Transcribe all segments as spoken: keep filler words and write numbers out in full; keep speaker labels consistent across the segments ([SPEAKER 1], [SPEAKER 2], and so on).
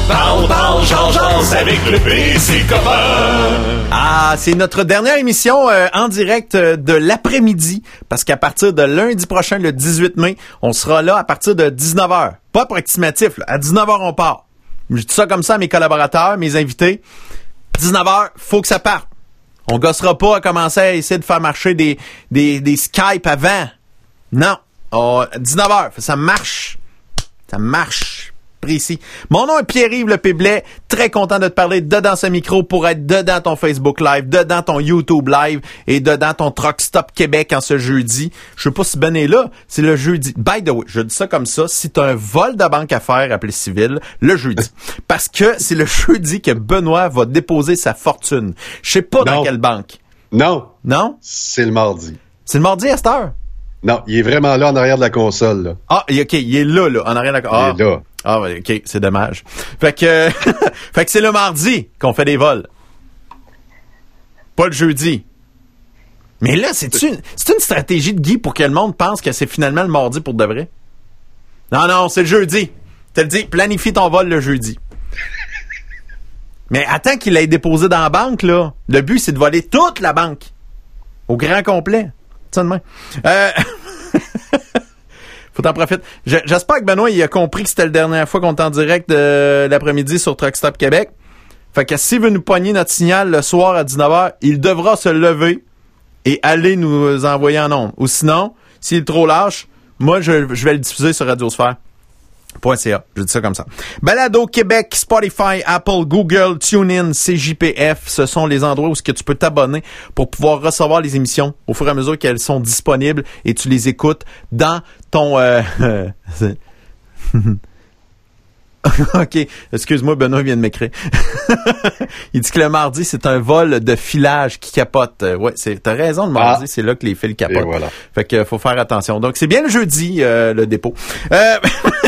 [SPEAKER 1] Parle, parle, genre, genre, avec le P C copain.
[SPEAKER 2] Ah, c'est notre dernière émission euh, en direct euh, de l'après-midi, parce qu'à partir de lundi prochain, le dix-huit mai, on sera là à partir de dix-neuf heures. Pas approximatif, là. À dix-neuf heures, on part. Je dis ça comme ça à mes collaborateurs, mes invités. dix-neuf heures, faut que ça parte. On gossera pas à commencer à essayer de faire marcher des, des, des Skype avant. Non. Oh, dix-neuf heures, ça marche. Ça marche. Précis. Mon nom est Pierre-Yves Le Péblet. Très content de te parler dedans ce micro pour être dedans ton Facebook Live, dedans ton YouTube Live et dedans ton Truck Stop Québec en ce jeudi. Je sais pas si Ben est là. C'est le jeudi. By the way, je dis ça comme ça. Si t'as un vol de banque à faire, appelé civil, le jeudi. Parce que c'est le jeudi que Benoît va déposer sa fortune. Je sais pas non. Dans quelle banque.
[SPEAKER 3] Non.
[SPEAKER 2] Non?
[SPEAKER 3] C'est le mardi.
[SPEAKER 2] C'est le mardi à cette heure?
[SPEAKER 3] Non, il est vraiment là en arrière de la console, là.
[SPEAKER 2] Ah, OK, il est là, là, en arrière de la console.
[SPEAKER 3] Il est là.
[SPEAKER 2] Ah, OK, c'est dommage. Fait que, fait que c'est le mardi qu'on fait des vols. Pas le jeudi. Mais là, c'est une, c'est une stratégie de Guy pour que le monde pense que c'est finalement le mardi pour de vrai? Non, non, c'est le jeudi. Tu te dis, planifie ton vol le jeudi. Mais attends qu'il l'ait déposé dans la banque, là. Le but, c'est de voler toute la banque. Au grand complet. Ça de main. Euh... Faut t'en profiter. Je, j'espère que Benoît, il a compris que c'était la dernière fois qu'on était en direct de l'après-midi sur Truck Stop Québec. Fait que s'il veut nous pogner notre signal le soir à dix-neuf heures, il devra se lever et aller nous envoyer en ondes. Ou sinon, s'il est trop lâche, moi, je, je vais le diffuser sur radiosphère point c a. Je dis ça comme ça. Balado Québec, Spotify, Apple, Google, TuneIn, C J P F, ce sont les endroits où ce que tu peux t'abonner pour pouvoir recevoir les émissions au fur et à mesure qu'elles sont disponibles et tu les écoutes dans ton... Euh, OK. Excuse-moi, Benoît vient de m'écrire. Il dit que le mardi, c'est un vol de filage qui capote. Ouais, c'est, t'as raison, le mardi, ah. C'est là que les fils capotent. Et voilà. Fait que faut faire attention. Donc, c'est bien le jeudi, euh, le dépôt. Euh...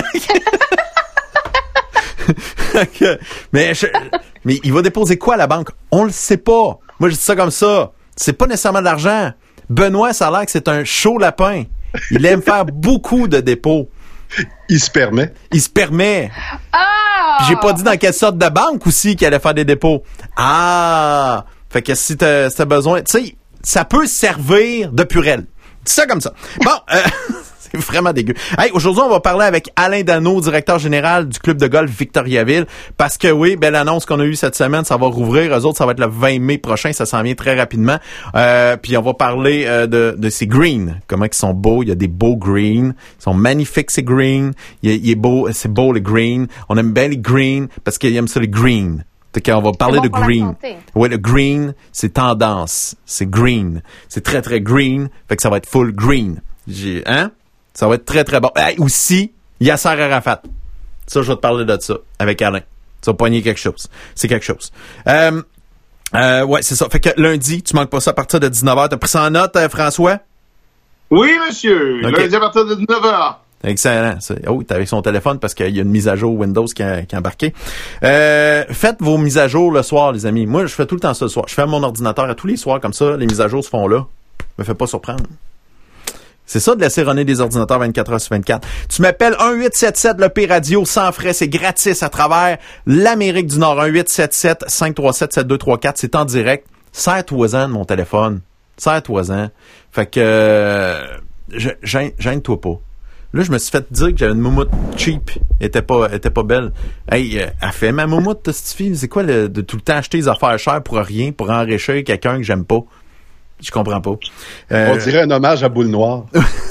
[SPEAKER 2] mais, je... mais il va déposer quoi à la banque? On le sait pas. Moi, je dis ça comme ça. C'est pas nécessairement de l'argent. Benoît, ça a l'air que c'est un chaud lapin. Il aime faire beaucoup de dépôts.
[SPEAKER 3] Il se permet.
[SPEAKER 2] Il se permet. Ah! J'ai pas dit dans quelle sorte de banque aussi qu'il allait faire des dépôts. Ah! Fait que si t'as, si t'as besoin... Tu sais, ça peut servir de purelle. Dis ça comme ça. Bon, euh, c'est vraiment dégueu. Hey, aujourd'hui, on va parler avec Alain Dano, directeur général du club de golf Victoriaville. Parce que oui, belle annonce qu'on a eue cette semaine, ça va rouvrir. Eux autres, ça va être le vingt mai prochain. Ça s'en vient très rapidement. Euh, puis on va parler euh, de, de ces greens. Comment ils sont beaux. Il y a des beaux greens. Ils sont magnifiques, ces greens. Il, il est beau, c'est beau, les greens. On aime bien les greens parce qu'ils aiment ça, les greens. Fait on va parler bon de green. Ouais, le green, c'est tendance. C'est green. C'est très, très green. Fait que ça va être full green. J'ai, hein? Ça va être très, très bon. Hey, aussi, Yasser Arafat. Ça, je vais te parler de ça avec Alain. Tu vas pogner quelque chose. C'est quelque chose. Euh, euh, ouais, c'est ça. Fait que lundi, tu manques pas ça à partir de dix-neuf heures. T'as pris ça en note, euh, François?
[SPEAKER 4] Oui, monsieur. Okay. Lundi à partir de dix-neuf heures.
[SPEAKER 2] Excellent. C'est... Oh, t'es avec son téléphone parce qu'il y a une mise à jour Windows qui a, qui a embarqué. Euh, faites vos mises à jour le soir, les amis. Moi, je fais tout le temps ça le soir. Je fais mon ordinateur à tous les soirs comme ça. Les mises à jour se font là. Me fais pas surprendre. C'est ça de laisser runner des ordinateurs vingt-quatre heures sur vingt-quatre. Tu m'appelles un huit sept sept le P Radio sans frais. C'est gratis à travers l'Amérique du Nord. un huit sept sept cinq trois sept sept deux trois quatre. C'est en direct. Serre-toi-en de mon téléphone. Serre-toi-en. Fait que... Euh, je, gêne, gêne-toi pas. Là, je me suis fait dire que j'avais une moumoute cheap. Elle était pas, était pas belle. Hey, euh, elle fait ma moumoute, cette fille. C'est quoi le, de tout le temps acheter des affaires chères pour rien, pour enrichir quelqu'un que j'aime pas? Je comprends pas.
[SPEAKER 3] Euh... On dirait un hommage à Boule Noire.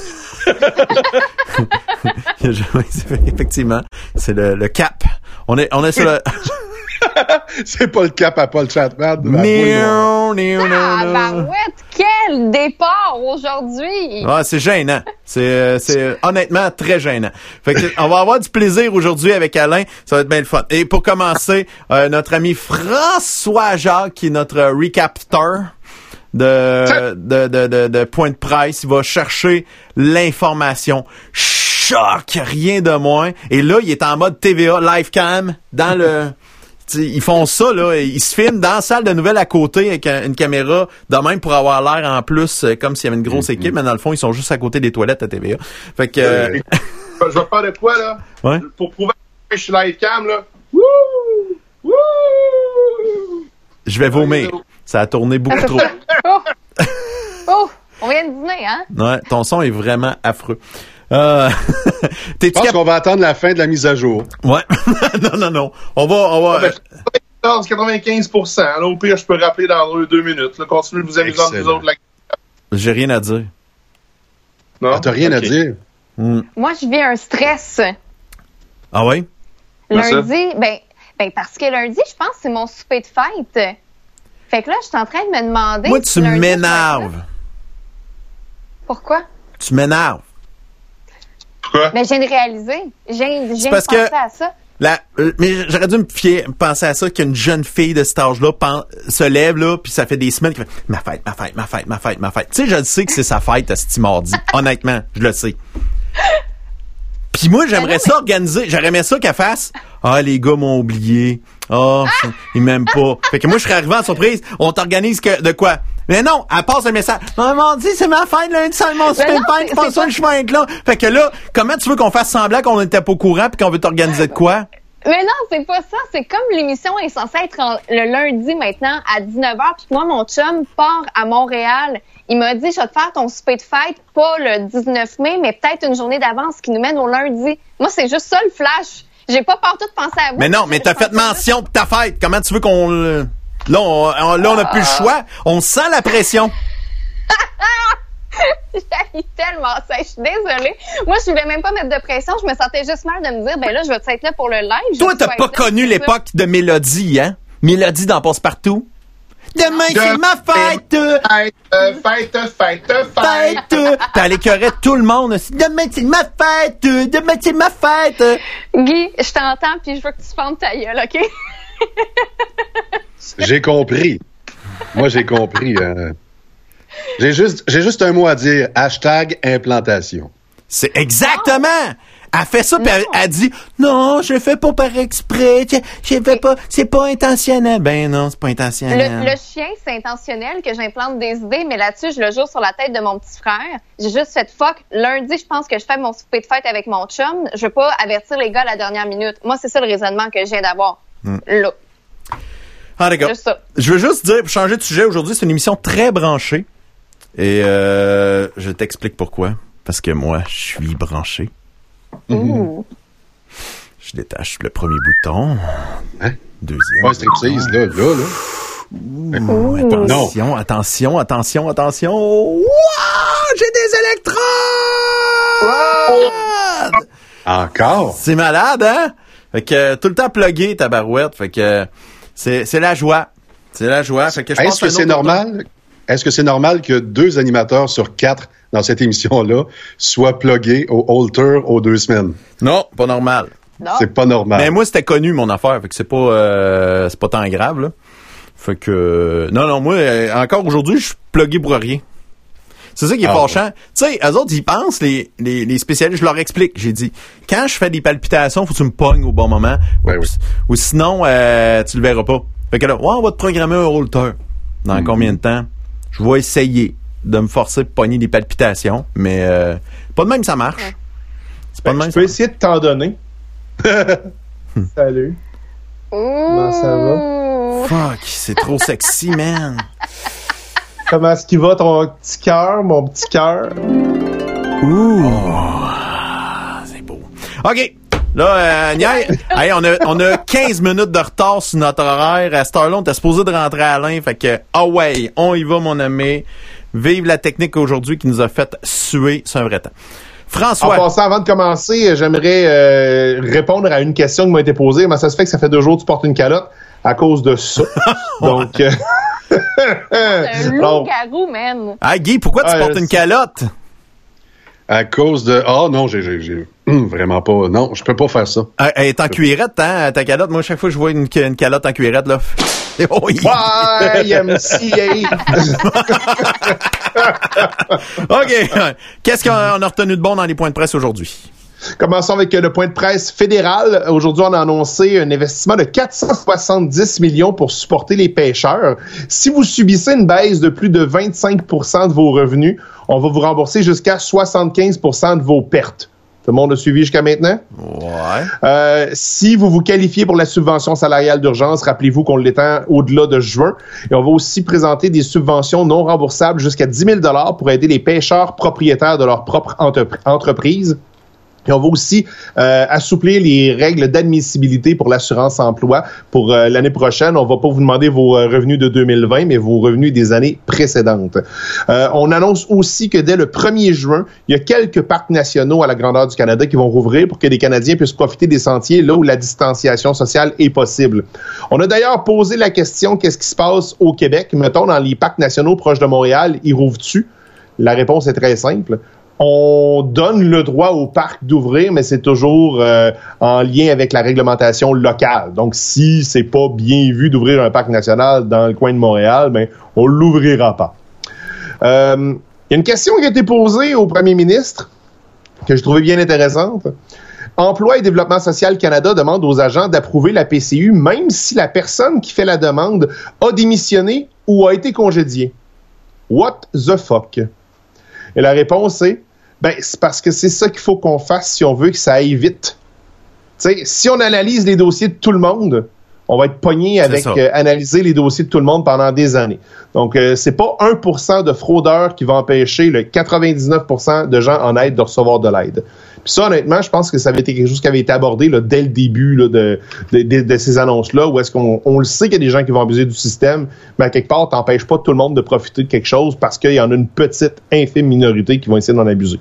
[SPEAKER 2] Effectivement, c'est le, le cap. On est, on est sur le...
[SPEAKER 3] C'est pas le cap à Paul Chapman.
[SPEAKER 5] Non, non, non. Quel départ aujourd'hui!
[SPEAKER 2] Ah, c'est gênant. C'est, c'est honnêtement très gênant. Fait que, on va avoir du plaisir aujourd'hui avec Alain. Ça va être bien le fun. Et pour commencer, euh, notre ami François Jacques, qui est notre recapteur de, de, de, de, de point de presse, il va chercher l'information. Choc! Rien de moins. Et là, il est en mode T V A, live cam, dans le... T'sais, ils font ça, là. Ils se filment dans la salle de nouvelles à côté avec une caméra de même pour avoir l'air en plus comme s'il y avait une grosse équipe, mais dans le fond, ils sont juste à côté des toilettes à T V A. Fait que... Euh...
[SPEAKER 4] Je vais faire de quoi, là?
[SPEAKER 2] Ouais.
[SPEAKER 4] Pour prouver que je suis live cam, là. Wouh!
[SPEAKER 2] Je vais vomir. Ça a tourné beaucoup trop.
[SPEAKER 5] Oh! Oh! On vient de dîner, hein?
[SPEAKER 2] Ouais, ton son est vraiment affreux. Euh...
[SPEAKER 3] Je pense cap... qu'on va attendre la fin de la mise à jour.
[SPEAKER 2] Ouais. non, non, non. On va... On va...
[SPEAKER 4] Ah ben, quatre-vingt-quinze pour cent. Là, au pire, je peux rappeler dans deux minutes. Là, continuez de vous amuser entre vous autres. La...
[SPEAKER 2] J'ai rien à dire.
[SPEAKER 3] Non? Ah, t'as rien okay. à dire?
[SPEAKER 2] Mm.
[SPEAKER 5] Moi, je vis un stress.
[SPEAKER 2] Ah oui?
[SPEAKER 5] Lundi, ben, ben parce que lundi, je pense que c'est mon souper de fête. Fait que là, je suis en train de me demander...
[SPEAKER 2] Moi, tu
[SPEAKER 5] si lundi,
[SPEAKER 2] m'énerves.
[SPEAKER 5] Pourquoi?
[SPEAKER 2] Tu m'énerves.
[SPEAKER 4] Pourquoi?
[SPEAKER 5] Mais je viens de réaliser. Je viens, je viens de penser
[SPEAKER 2] que
[SPEAKER 5] à ça.
[SPEAKER 2] La, euh, mais j'aurais dû me fier, penser à ça qu'une jeune fille de cet âge-là pen, se lève, là, puis ça fait des semaines qu'elle fait « Ma fête, ma fête, ma fête, ma fête, ma fête. » Tu sais, je le sais que c'est sa fête, ce mardi. Honnêtement, je le sais. Puis moi, j'aimerais non, ça mais... organiser. J'aurais aimé ça qu'elle fasse « Ah, les gars m'ont oublié. Ah, oh, ils m'aiment pas. » Fait que moi, je serais arrivé en surprise. On t'organise que, de quoi? Mais non, elle passe un message. Maman dit, c'est ma fête, lundi, c'est mon super fête, je pense pas que je vais être là. Fait que là, comment tu veux qu'on fasse semblant qu'on n'était pas au courant puis qu'on veut t'organiser de quoi?
[SPEAKER 5] Mais non, c'est pas ça. C'est comme l'émission est censée être en, le lundi maintenant à dix-neuf heures. Puis moi, mon chum part à Montréal. Il m'a dit, je vais te faire ton souper de fête, pas le dix-neuf mai, mais peut-être une journée d'avance qui nous mène au lundi. Moi, c'est juste ça le flash. J'ai pas partout de penser à vous.
[SPEAKER 2] Mais non, mais t'as fait mention de ta fête. Comment tu veux qu'on... Là, on, on, là, on n'a plus le choix. On sent la pression.
[SPEAKER 5] J'ai tellement ça. Je suis désolée. Moi, je voulais même pas mettre de pression. Je me sentais juste mal de me dire, ben là, je vais être là pour le live.
[SPEAKER 2] Toi, t'as pas connu l'époque de Mélodie, hein? Mélodie dans Passe-Partout. Demain, de c'est ma fête!
[SPEAKER 4] Fête, fête, fête, fête!
[SPEAKER 2] Fête! Puis elle écœurait tout le monde. Demain, c'est ma fête! Demain, c'est ma fête!
[SPEAKER 5] Guy, je t'entends, puis je veux que tu fermes ta gueule, OK?
[SPEAKER 3] J'ai compris. Moi, j'ai compris. Euh... J'ai juste, j'ai juste un mot à dire. Hashtag implantation.
[SPEAKER 2] C'est exactement! Elle fait ça, puis elle, elle dit « Non, je le fais pas par exprès. Je, je fais pas... C'est pas intentionnel. » Ben non, c'est pas intentionnel.
[SPEAKER 5] Le, le chien, c'est intentionnel que j'implante des idées, mais là-dessus, je le joue sur la tête de mon petit frère. J'ai juste fait « Fuck, lundi, je pense que je fais mon souper de fête avec mon chum. Je veux pas avertir les gars à la dernière minute. » Moi, c'est ça le raisonnement que je viens d'avoir. Mm. Là.
[SPEAKER 2] Ah, d'accord. Je veux juste dire, pour changer de sujet, aujourd'hui, c'est une émission très branchée. Et euh, je t'explique pourquoi. Parce que moi, je suis branché.
[SPEAKER 5] Mmh.
[SPEAKER 2] Je détache le premier bouton.
[SPEAKER 3] Hein?
[SPEAKER 2] Deuxième.
[SPEAKER 3] Ouais, striptease, là, là, là.
[SPEAKER 2] Ouh, attention, non. attention, attention, attention. Wow! J'ai des électrodes!
[SPEAKER 3] Wow! Encore?
[SPEAKER 2] C'est malade, hein? Fait que euh, tout le temps plugué, ta barouette. Fait que euh, c'est, c'est la joie. C'est la joie. Fait que je
[SPEAKER 3] Est-ce
[SPEAKER 2] pense
[SPEAKER 3] que c'est normal? Est-ce que c'est normal que deux animateurs sur quatre dans cette émission-là soient plugués au halter aux deux semaines?
[SPEAKER 2] Non, pas normal.
[SPEAKER 5] Non.
[SPEAKER 3] C'est pas normal.
[SPEAKER 2] Mais moi, c'était connu, mon affaire. Fait que c'est pas, euh, c'est pas tant grave, là. Fait que, euh, non, non, moi, euh, encore aujourd'hui, je suis plugué pour rien. C'est ça qui est ah, fâchant. Ouais. Tu sais, eux autres, ils pensent, les, les, les spécialistes, je leur explique. J'ai dit, quand je fais des palpitations, faut que tu me pognes au bon moment.
[SPEAKER 3] Ouais,
[SPEAKER 2] ou,
[SPEAKER 3] oui.
[SPEAKER 2] ou sinon, euh, tu le verras pas. Fait que là, ouais, on va te programmer un halter. Dans mm-hmm. combien de temps? Je vais essayer de me forcer pour pogner des palpitations, mais euh, pas de même ça marche.
[SPEAKER 6] Ouais.
[SPEAKER 2] C'est pas
[SPEAKER 6] ben,
[SPEAKER 2] de même
[SPEAKER 6] je peux essayer de t'en donner. Salut. Comment ça va?
[SPEAKER 2] Fuck, c'est trop sexy, man.
[SPEAKER 6] Comment est-ce qu'il va ton petit cœur, mon petit cœur?
[SPEAKER 2] Ouh. C'est beau. OK. Là, euh, Niaï, hey, on, a, on a quinze minutes de retard sur notre horaire. À cette heure-là, on était supposé de rentrer à Alain. Fait que, ah oh ouais, on y va, mon ami. Vive la technique aujourd'hui qui nous a fait suer. C'est un vrai temps. François.
[SPEAKER 6] En passant, avant de commencer, j'aimerais euh, répondre à une question qui m'a été posée. Comment ça se fait que ça fait deux jours que tu portes une calotte? À cause de ça. Donc... Euh...
[SPEAKER 5] C'est un loup-garou, man.
[SPEAKER 2] Ah, Guy, pourquoi tu
[SPEAKER 6] euh,
[SPEAKER 2] portes une calotte?
[SPEAKER 3] À cause de... Ah oh, non, j'ai, j'ai, j'ai vraiment pas... Non, je peux pas faire ça.
[SPEAKER 2] Elle, elle est en cuirette, hein, ta calotte. Moi, chaque fois que je vois une, une calotte en cuirette, là... Oh,
[SPEAKER 6] yeah. Ouais, M C A.
[SPEAKER 2] OK. Qu'est-ce qu'on a retenu de bon dans les points de presse aujourd'hui?
[SPEAKER 6] Commençons avec le point de presse fédéral. Aujourd'hui, on a annoncé un investissement de quatre cent soixante-dix millions pour supporter les pêcheurs. Si vous subissez une baisse de plus de vingt-cinq pour cent de vos revenus, on va vous rembourser jusqu'à soixante-quinze pour cent de vos pertes. Tout le monde a suivi jusqu'à maintenant?
[SPEAKER 2] Ouais.
[SPEAKER 6] Euh, si vous vous qualifiez pour la subvention salariale d'urgence, rappelez-vous qu'on l'étend au-delà de juin. Et on va aussi présenter des subventions non remboursables jusqu'à dix mille dollars pour aider les pêcheurs propriétaires de leur propre entrep- entreprise. Et on va aussi euh, assouplir les règles d'admissibilité pour l'assurance emploi pour euh, l'année prochaine. On va pas vous demander vos euh, revenus de deux mille vingt, mais vos revenus des années précédentes. Euh, on annonce aussi que dès le premier juin, il y a quelques parcs nationaux à la grandeur du Canada qui vont rouvrir pour que les Canadiens puissent profiter des sentiers là où la distanciation sociale est possible. On a d'ailleurs posé la question, qu'est-ce qui se passe au Québec? Mettons, dans les parcs nationaux proches de Montréal, ils rouvrent-tu? La réponse est très simple. On donne le droit au parc d'ouvrir, mais c'est toujours euh, en lien avec la réglementation locale. Donc, si c'est pas bien vu d'ouvrir un parc national dans le coin de Montréal, ben on l'ouvrira pas. Euh, il y a une question qui a été posée au premier ministre que je trouvais bien intéressante. Emploi et Développement social Canada demande aux agents d'approuver la P C U, même si la personne qui fait la demande a démissionné ou a été congédiée. What the fuck? Et la réponse est ben, c'est parce que c'est ça qu'il faut qu'on fasse si on veut que ça aille vite. T'sais, si on analyse les dossiers de tout le monde, on va être pogné avec euh, analyser les dossiers de tout le monde pendant des années. Donc, euh, c'est pas un pour cent de fraudeurs qui va empêcher le quatre-vingt-dix-neuf pour cent de gens en aide de recevoir de l'aide. Puis ça, honnêtement, je pense que ça avait été quelque chose qui avait été abordé là, dès le début là, de, de, de, de ces annonces-là, où est-ce qu'on on le sait qu'il y a des gens qui vont abuser du système, mais à quelque part, t'empêches pas tout le monde de profiter de quelque chose parce qu'il y en a une petite, infime minorité qui vont essayer d'en abuser.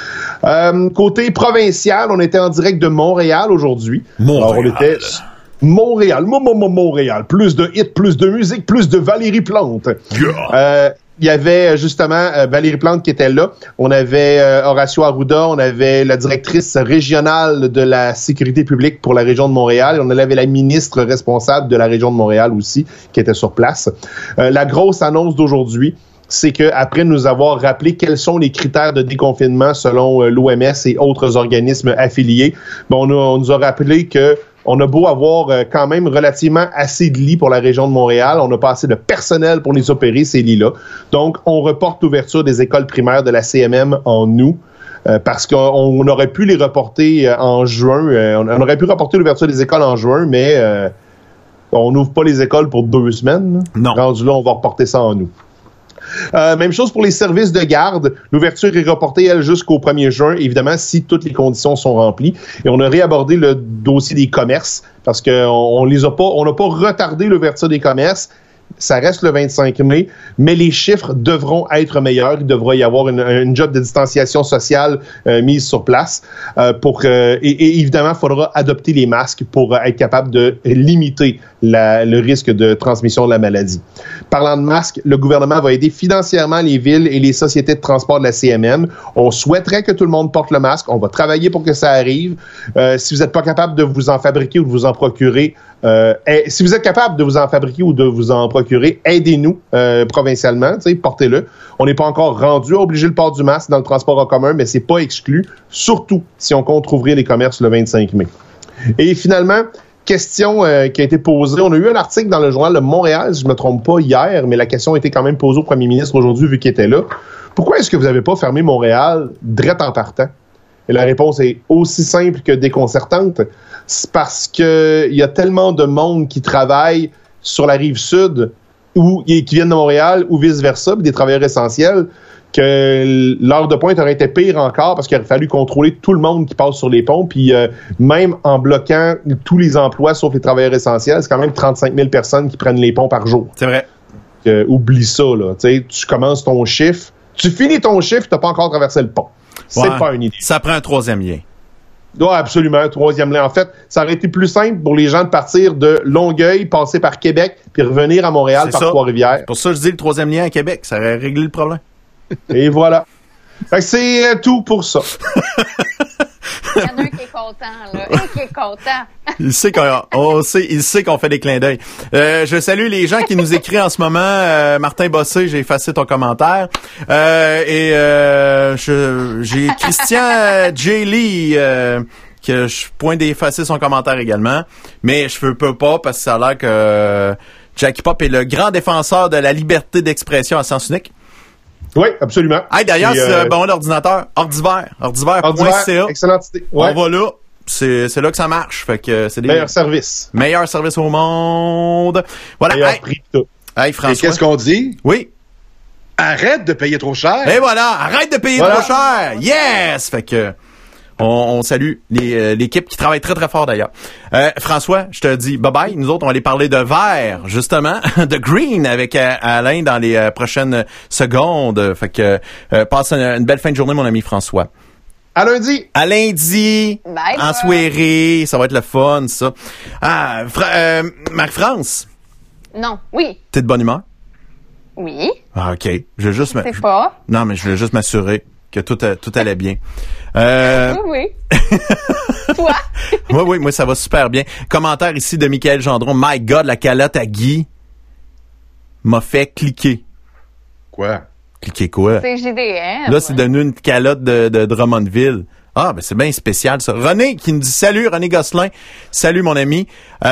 [SPEAKER 6] Euh, côté provincial, on était en direct de Montréal aujourd'hui.
[SPEAKER 2] Montréal.
[SPEAKER 6] Alors, on était... Montréal, Montréal, plus de hits, plus de musique, plus de Valérie Plante.
[SPEAKER 2] Yeah.
[SPEAKER 6] Euh, il y avait justement euh, Valérie Plante qui était là. On avait euh, Horacio Arruda, on avait la directrice régionale de la sécurité publique pour la région de Montréal. Et on avait la ministre responsable de la région de Montréal aussi qui était sur place. Euh, la grosse annonce d'aujourd'hui, c'est qu'après nous avoir rappelé quels sont les critères de déconfinement selon euh, l'O M S et autres organismes affiliés, ben on, a, on nous a rappelé que on a beau avoir euh, quand même relativement assez de lits pour la région de Montréal, on n'a pas assez de personnel pour les opérer, ces lits-là. Donc, on reporte l'ouverture des écoles primaires de la C M M en août. Euh, parce qu'on aurait pu les reporter euh, en juin. Euh, on aurait pu reporter l'ouverture des écoles en juin, mais euh, on n'ouvre pas les écoles pour deux semaines.
[SPEAKER 2] Non.
[SPEAKER 6] Rendu là, on va reporter ça en août. Euh, même chose pour les services de garde. L'ouverture est reportée, elle, jusqu'au premier juin, évidemment, si toutes les conditions sont remplies. Et on a réabordé le dossier des commerces parce qu'on on les a pas, on n'a pas retardé l'ouverture des commerces. Ça reste le vingt-cinq mai, mais les chiffres devront être meilleurs. Il devra y avoir une, une job de distanciation sociale euh, mise sur place. Euh, pour euh, et, et évidemment, il faudra adopter les masques pour euh, être capable de limiter la, le risque de transmission de la maladie. Parlant de masques, le gouvernement va aider financièrement les villes et les sociétés de transport de la C M M. On souhaiterait que tout le monde porte le masque. On va travailler pour que ça arrive. Euh, si vous n'êtes pas capable de vous en fabriquer ou de vous en procurer, euh, et, si vous êtes capable de vous en fabriquer ou de vous en procurer, aidez-nous euh, provincialement, portez-le. On n'est pas encore rendu à obliger le port du masque dans le transport en commun, mais c'est pas exclu, surtout si on compte rouvrir les commerces le vingt-cinq mai. Et finalement, question euh, qui a été posée. On a eu un article dans le journal de Montréal, si je ne me trompe pas, hier, mais la question a été quand même posée au premier ministre aujourd'hui, vu qu'il était là. Pourquoi est-ce que vous n'avez pas fermé Montréal direct en partant? Et la réponse est aussi simple que déconcertante. C'est parce que il y a tellement de monde qui travaille sur la rive sud ou qui viennent de Montréal ou vice-versa, des travailleurs essentiels, que l'heure de pointe aurait été pire encore parce qu'il aurait fallu contrôler tout le monde qui passe sur les ponts, puis euh, même en bloquant tous les emplois sauf les travailleurs essentiels, c'est quand même trente-cinq mille personnes qui prennent les ponts par jour.
[SPEAKER 2] C'est vrai.
[SPEAKER 6] Euh, oublie ça, là. T'sais, tu commences ton chiffre, tu finis ton chiffre, t'as pas encore traversé le pont. C'est
[SPEAKER 2] ouais,
[SPEAKER 6] pas une idée.
[SPEAKER 2] Ça prend un troisième lien.
[SPEAKER 6] Oui, absolument, un troisième lien. En fait, ça aurait été plus simple pour les gens de partir de Longueuil, passer par Québec, puis revenir à Montréal
[SPEAKER 2] c'est
[SPEAKER 6] par
[SPEAKER 2] ça.
[SPEAKER 6] Trois-Rivières.
[SPEAKER 2] Pour ça, je dis le troisième lien à Québec. Ça aurait réglé le problème.
[SPEAKER 6] Et voilà. Fait que c'est tout pour ça.
[SPEAKER 5] Il y en a un qui est content, là. Un qui est content.
[SPEAKER 2] Il sait qu'on on sait, il sait qu'on fait des clins d'œil. Euh, je salue les gens qui nous écrivent en ce moment. Euh, Martin Bossé, j'ai effacé ton commentaire. Euh, et euh, je, j'ai Christian J. Lee euh, que je pointe d'effacer son commentaire également. Mais je peux pas parce que ça a l'air que Jackie Pop est le grand défenseur de la liberté d'expression à sens unique.
[SPEAKER 6] Oui, absolument.
[SPEAKER 2] Hey, d'ailleurs,
[SPEAKER 6] Et,
[SPEAKER 2] c'est
[SPEAKER 6] euh,
[SPEAKER 2] un bon ordinateur. Ordiver. Ordiver point c a.
[SPEAKER 6] Ordiver, excellente idée. Ouais.
[SPEAKER 2] On va là. C'est, c'est là que ça marche. Fait que c'est des
[SPEAKER 6] Meilleur service.
[SPEAKER 2] meilleurs services au monde. Voilà.
[SPEAKER 6] Meilleur
[SPEAKER 2] Hey,
[SPEAKER 6] prix tout.
[SPEAKER 2] hey,
[SPEAKER 3] Et
[SPEAKER 2] François.
[SPEAKER 3] qu'est-ce qu'on dit?
[SPEAKER 2] Oui.
[SPEAKER 3] Arrête de payer trop cher.
[SPEAKER 2] Et voilà. Arrête de payer
[SPEAKER 6] Voilà.
[SPEAKER 2] trop cher. Yes! Fait que, on, on salue les, euh, l'équipe qui travaille très, très fort d'ailleurs. Euh, François, je te dis bye-bye. Nous autres, on va aller parler de vert, justement, de green avec euh, Alain dans les euh, prochaines secondes. Fait que, euh, passe une, une belle fin de journée, mon ami François.
[SPEAKER 6] À lundi.
[SPEAKER 2] À lundi,
[SPEAKER 5] Bye,
[SPEAKER 2] en
[SPEAKER 5] bye.
[SPEAKER 2] soirée, ça va être le fun, ça. Ah, Fra- euh, Marc-France,
[SPEAKER 5] Non. Oui.
[SPEAKER 2] t'es de bonne humeur?
[SPEAKER 5] Oui.
[SPEAKER 2] Ah, OK. Je veux juste... me-
[SPEAKER 5] C'est pas.
[SPEAKER 2] Non, mais je voulais juste m'assurer que tout, a- tout allait bien. Euh...
[SPEAKER 5] Oui, oui. Toi?
[SPEAKER 2] oui, oui, moi, ça va super bien. Commentaire ici de Michael Gendron. My God, la calotte à Guy m'a fait cliquer.
[SPEAKER 3] Quoi?
[SPEAKER 2] Cliquer quoi?
[SPEAKER 5] C'est J D M.
[SPEAKER 2] Là, c'est devenu une calotte de, de Drummondville. Ah, ben c'est bien spécial, ça. René qui nous dit salut, René Gosselin. Salut, mon ami.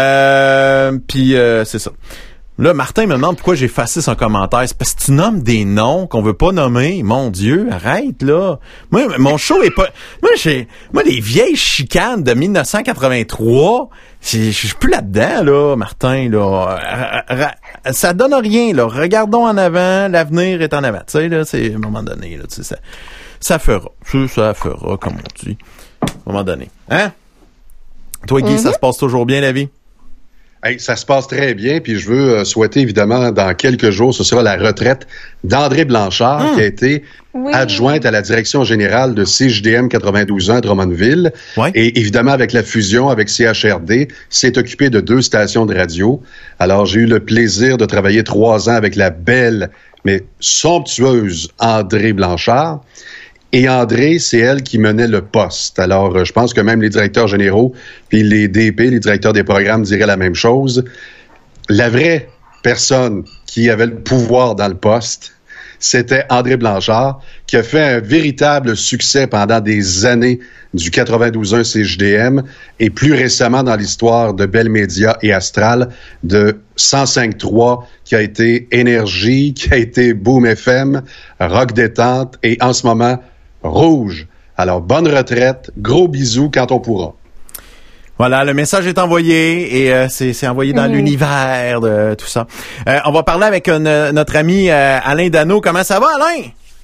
[SPEAKER 2] Euh, puis, euh, c'est ça. Là, Martin me demande pourquoi j'ai effacé son commentaire. C'est parce que tu nommes des noms qu'on veut pas nommer. Mon Dieu, arrête, là. Moi, mon show est pas... Moi, j'ai... Moi, les vieilles chicanes de dix-neuf cent quatre-vingt-trois, je suis plus là-dedans, là, Martin, là. Ra- ra- Ça donne rien, là. Regardons en avant, l'avenir est en avant. Tu sais, là, c'est à un moment donné, là, tu sais, ça, ça fera. Ça, ça fera, comme on dit. À un moment donné. Hein? Toi, Guy,
[SPEAKER 5] Mm-hmm.
[SPEAKER 2] ça se passe toujours bien, la vie?
[SPEAKER 3] Hey, ça se passe très bien, puis je veux euh, souhaiter évidemment dans quelques jours, ce sera la retraite d'André Blanchard,
[SPEAKER 2] Hum.
[SPEAKER 3] qui a été
[SPEAKER 5] Oui.
[SPEAKER 3] adjointe à la direction générale de C J D M quatre-vingt-douze ans à Drummondville.
[SPEAKER 2] Ouais.
[SPEAKER 3] Et évidemment, avec la fusion avec C H R D, s'est occupé de deux stations de radio. Alors, j'ai eu le plaisir de travailler trois ans avec la belle, mais somptueuse André Blanchard. Et André, c'est elle qui menait le poste. Alors, euh, je pense que même les directeurs généraux, puis les D P, les directeurs des programmes, diraient la même chose. La vraie personne qui avait le pouvoir dans le poste, c'était André Blanchard, qui a fait un véritable succès pendant des années du quatre-vingt-douze un C J D M et plus récemment dans l'histoire de Bell Media et Astral de cent cinq trois, qui a été Énergie, qui a été Boom F M, Rock Détente et en ce moment Rouge. Alors, bonne retraite, gros bisous quand on pourra.
[SPEAKER 2] Voilà, le message est envoyé et euh, c'est, c'est envoyé dans
[SPEAKER 5] Mhm.
[SPEAKER 2] l'univers de tout ça. Euh, on va parler avec euh, notre ami euh, Alain Dano. Comment ça va, Alain?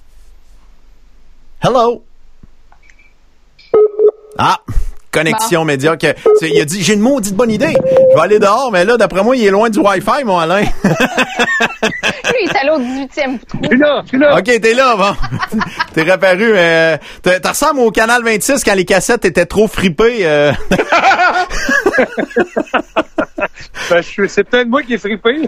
[SPEAKER 2] Hello? Ah, connexion médiocre. C'est- Il a dit, j'ai une maudite bonne idée. Je vais aller dehors, mais là, d'après moi, il est loin du Wi-Fi, mon Alain.
[SPEAKER 5] Lui, il est allé au dix-huitième trou.
[SPEAKER 7] Je suis là, je suis là.
[SPEAKER 2] OK, t'es là, bon. T'es reparu. Euh, t'as, t'as ressemble au Canal vingt-six quand les cassettes étaient trop fripées. Euh.
[SPEAKER 7] Ben, je suis- c'est peut-être moi qui ai frippé.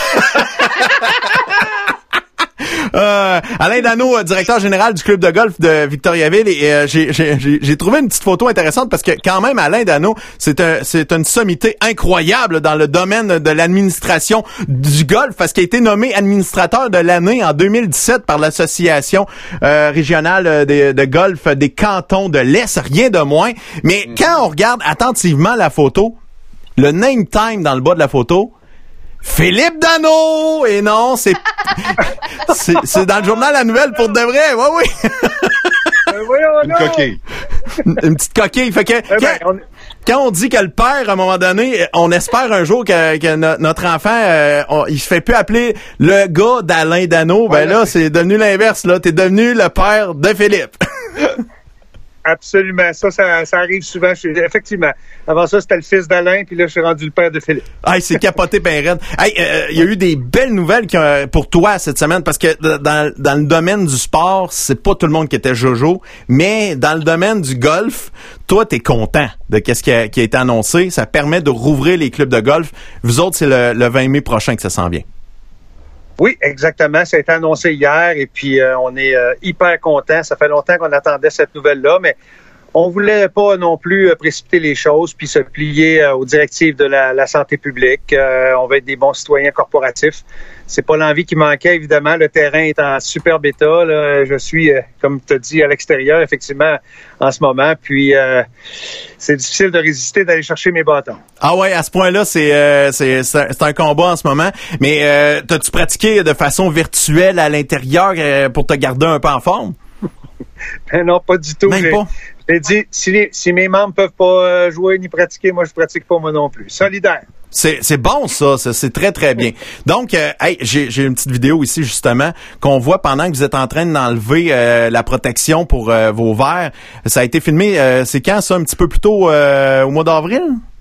[SPEAKER 2] Euh, Alain Dano, euh, directeur général du club de golf de Victoriaville, et euh, j'ai, j'ai, j'ai, j'ai trouvé une petite photo intéressante parce que quand même Alain Dano, c'est un, c'est une sommité incroyable dans le domaine de l'administration du golf parce qu'il a été nommé administrateur de l'année en deux mille dix-sept par l'association euh, régionale de, de golf des cantons de l'Est, rien de moins. Mais quand on regarde attentivement la photo, le name time dans le bas de la photo, Philippe Dano! Et non, c'est, c'est, c'est dans le journal La Nouvelle pour de vrai, oui, oui.
[SPEAKER 7] Ben, voyons
[SPEAKER 3] Une
[SPEAKER 7] donc.
[SPEAKER 3] coquille.
[SPEAKER 2] Une petite coquille. Fait que,
[SPEAKER 7] Eh ben,
[SPEAKER 2] quand,
[SPEAKER 7] on-
[SPEAKER 2] quand on dit que le père, à un moment donné, on espère un jour que, que no- notre enfant, euh, on- il se fait plus appeler le gars d'Alain Dano, ben là, c'est devenu l'inverse, là. T'es devenu le père de Philippe.
[SPEAKER 7] Absolument. Ça, ça, ça arrive souvent. Chez... Effectivement. Avant ça, c'était le fils d'Alain, puis là, je suis rendu le père de Philippe.
[SPEAKER 2] Hey, c'est capoté ben raide. Hey, euh, il y a eu des belles nouvelles qui ont- pour toi cette semaine parce que d- dans, dans le domaine du sport, c'est pas tout le monde qui était jojo, mais dans le domaine du golf, toi, t'es content de qu'est-ce qui a, qui a été annoncé. Ça permet de rouvrir les clubs de golf. Vous autres, c'est le, le vingt mai prochain que ça s'en vient.
[SPEAKER 7] Oui, exactement. Ça a été annoncé hier et puis euh, on est euh, hyper contents. Ça fait longtemps qu'on attendait cette nouvelle-là, mais on voulait pas non plus euh, précipiter les choses puis se plier euh, aux directives de la, la santé publique. Euh, on va être des bons citoyens corporatifs. C'est pas l'envie qui manquait, évidemment. Le terrain est en superbe état. Là. Je suis, euh, comme tu as dit, à l'extérieur, effectivement, en ce moment. Puis, euh, c'est difficile de résister d'aller chercher mes bâtons.
[SPEAKER 2] Ah ouais, à ce point-là, c'est euh, c'est, c'est un combat en ce moment. Mais euh, t'as-tu pratiqué de façon virtuelle à l'intérieur euh, pour te garder un peu en forme?
[SPEAKER 7] Non, pas du tout.
[SPEAKER 2] Même
[SPEAKER 7] j'ai,
[SPEAKER 2] pas?
[SPEAKER 7] J'ai dit, si, les, si mes membres peuvent pas jouer ni pratiquer, moi, je pratique pas moi non plus. Solidaire.
[SPEAKER 2] C'est, c'est bon, ça, ça. C'est très, très bien. Donc, euh, hey, j'ai, j'ai une petite vidéo ici, justement, qu'on voit pendant que vous êtes en train d'enlever euh, la protection pour euh, vos verres. Ça a été filmé, euh, c'est quand, ça? Un petit peu plus tôt euh, au mois d'avril?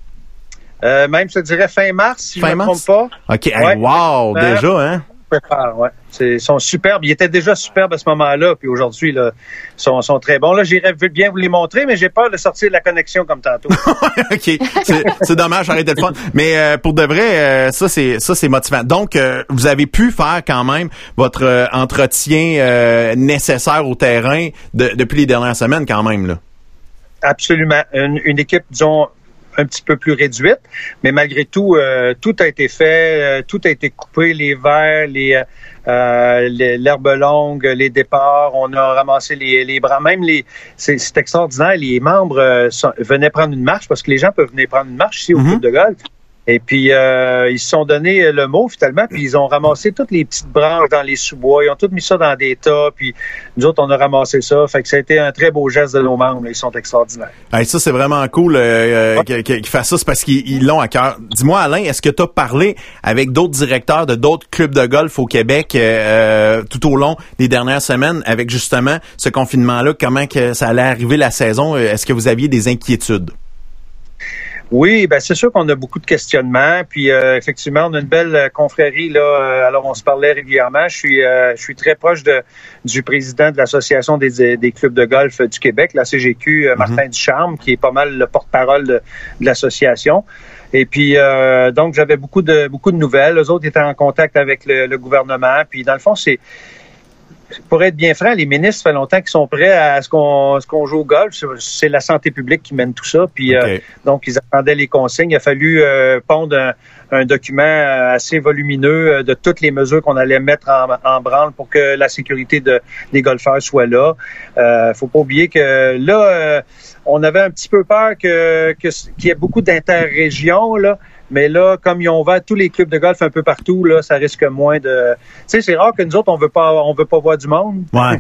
[SPEAKER 7] Euh, même, je te dirais fin mars, si fin je ne me trompe pas.
[SPEAKER 2] OK. Hey, ouais. Wow, euh, déjà, hein?
[SPEAKER 7] Ouais. C'est, ils sont superbes. Ils étaient déjà superbes à ce moment-là, puis aujourd'hui, là, ils sont, sont très bons. Là, j'irais bien vous les montrer, mais j'ai peur de sortir de la connexion comme tantôt.
[SPEAKER 2] OK. C'est, c'est dommage, arrêtez le fun. Mais euh, pour de vrai, euh, ça, c'est ça c'est motivant. Donc, euh, vous avez pu faire quand même votre euh, entretien euh, nécessaire au terrain de, depuis les dernières semaines, quand même, là.
[SPEAKER 7] Absolument. Une, une équipe, disons, un petit peu plus réduite, mais malgré tout, euh, tout a été fait, euh, tout a été coupé, les verres, les, euh, les l'herbe longue, les départs, on a ramassé les, les bras, même les, c'est, c'est extraordinaire, les membres euh, sont, venaient prendre une marche, parce que les gens peuvent venir prendre une marche ici au mm-hmm. club de golf. Et puis, euh, ils se sont donné le mot, finalement, puis ils ont ramassé toutes les petites branches dans les sous-bois. Ils ont tout mis ça dans des tas, puis nous autres, on a ramassé ça. Fait que ça a été un très beau geste de nos membres. Ils sont extraordinaires.
[SPEAKER 2] Hey, ça, c'est vraiment cool euh, ouais. qu'ils fassent ça. C'est parce qu'ils ils l'ont à cœur. Dis-moi, Alain, est-ce que tu as parlé avec d'autres directeurs de d'autres clubs de golf au Québec euh, tout au long des dernières semaines avec, justement, ce confinement-là? Comment que ça allait arriver la saison? Est-ce que vous aviez des inquiétudes?
[SPEAKER 7] Oui, ben c'est sûr qu'on a beaucoup de questionnements, puis euh, effectivement on a une belle euh, confrérie là. Euh, alors on se parlait régulièrement. Je suis, euh, je suis très proche de du président de l'association des, des clubs de golf du Québec, la C G Q, euh, Martin mm-hmm. Ducharme, qui est pas mal le porte-parole de, de l'association. Et puis euh, donc j'avais beaucoup de beaucoup de nouvelles. Eux autres étaient en contact avec le, le gouvernement. Puis dans le fond c'est Pour être bien franc, les ministres, ça fait longtemps qu'ils sont prêts à ce qu'on, ce qu'on joue au golf. C'est la santé publique qui mène tout ça. Puis okay. euh, donc, ils attendaient les consignes. Il a fallu euh, pondre un, un document assez volumineux de toutes les mesures qu'on allait mettre en, en branle pour que la sécurité de, des golfeurs soit là. Euh, faut pas oublier que là, euh, on avait un petit peu peur que, que qu'il y ait beaucoup d'interrégions, là. Mais là, comme ils ont ouvert tous les clubs de golf un peu partout, là, ça risque moins de... Tu sais, c'est rare que nous autres, on veut pas, on veut pas voir du monde.
[SPEAKER 2] Ouais.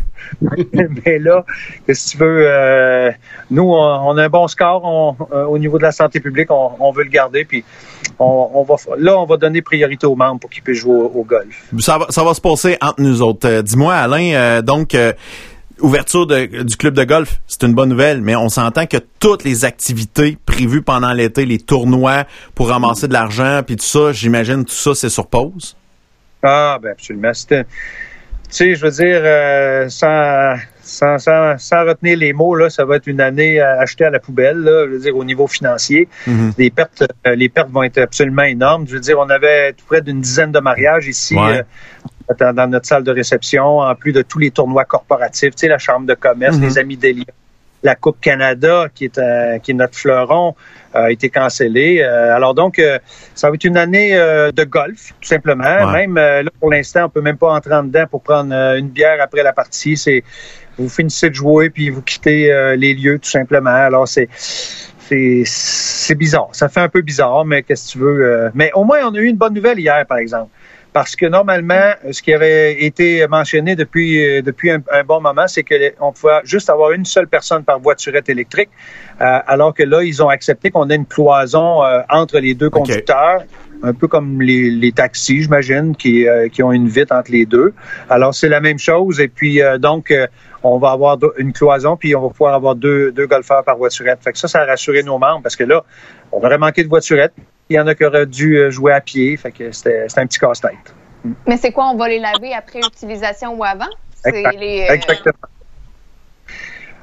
[SPEAKER 7] Mais là, si tu veux, euh, nous, on, on a un bon score on, euh, au niveau de la santé publique, on, on veut le garder. Puis, on, on va, là, on va donner priorité aux membres pour qu'ils puissent jouer au, au golf.
[SPEAKER 2] Ça va, ça va se passer entre nous autres. Euh, dis-moi, Alain, euh, donc... Euh, ouverture de, du club de golf, c'est une bonne nouvelle, mais on s'entend que toutes les activités prévues pendant l'été, les tournois pour ramasser de l'argent, puis tout ça, j'imagine tout ça, c'est sur pause?
[SPEAKER 7] Ah, ben absolument. C'était, tu sais, je veux dire, euh, sans, sans, sans, sans retenir les mots, là, ça va être une année à acheter à la poubelle, là, je veux dire, au niveau financier. Mm-hmm. Les pertes, euh, les pertes vont être absolument énormes. Je veux dire, on avait tout près d'une dizaine de mariages ici. Ouais. Euh, dans notre salle de réception, en plus de tous les tournois corporatifs, tu sais, la Chambre de commerce, mm-hmm. les Amis d'Éliott, la Coupe Canada, qui est, euh, qui est notre fleuron, euh, a été cancellée. Euh, alors donc, euh, ça va être une année euh, de golf, tout simplement. Ouais. Même euh, là, pour l'instant, on peut même pas entrer en dedans pour prendre euh, une bière après la partie. C'est, vous finissez de jouer, puis vous quittez euh, les lieux, tout simplement. Alors, c'est... C'est, c'est bizarre. Ça fait un peu bizarre, mais qu'est-ce que tu veux... Euh... Mais au moins, on a eu une bonne nouvelle hier, par exemple. Parce que normalement, ce qui avait été mentionné depuis depuis un, un bon moment, c'est qu'on pouvait juste avoir une seule personne par voiturette électrique, euh, alors que là, ils ont accepté qu'on ait une cloison euh, entre les deux conducteurs, okay. un peu comme les, les taxis, j'imagine, qui euh, qui ont une vitre entre les deux. Alors, c'est la même chose. Et puis, euh, donc, euh, on va avoir une cloison, puis on va pouvoir avoir deux, deux golfeurs par voiturette. Fait que ça, ça a rassuré nos membres, parce que là, on aurait manqué de voiturettes. Il y en a qui auraient dû jouer à pied, fait que c'était, c'était un petit casse-tête.
[SPEAKER 5] Mais c'est quoi, on va les laver après utilisation ou avant? C'est
[SPEAKER 7] exact,
[SPEAKER 5] les, euh...
[SPEAKER 7] Exactement.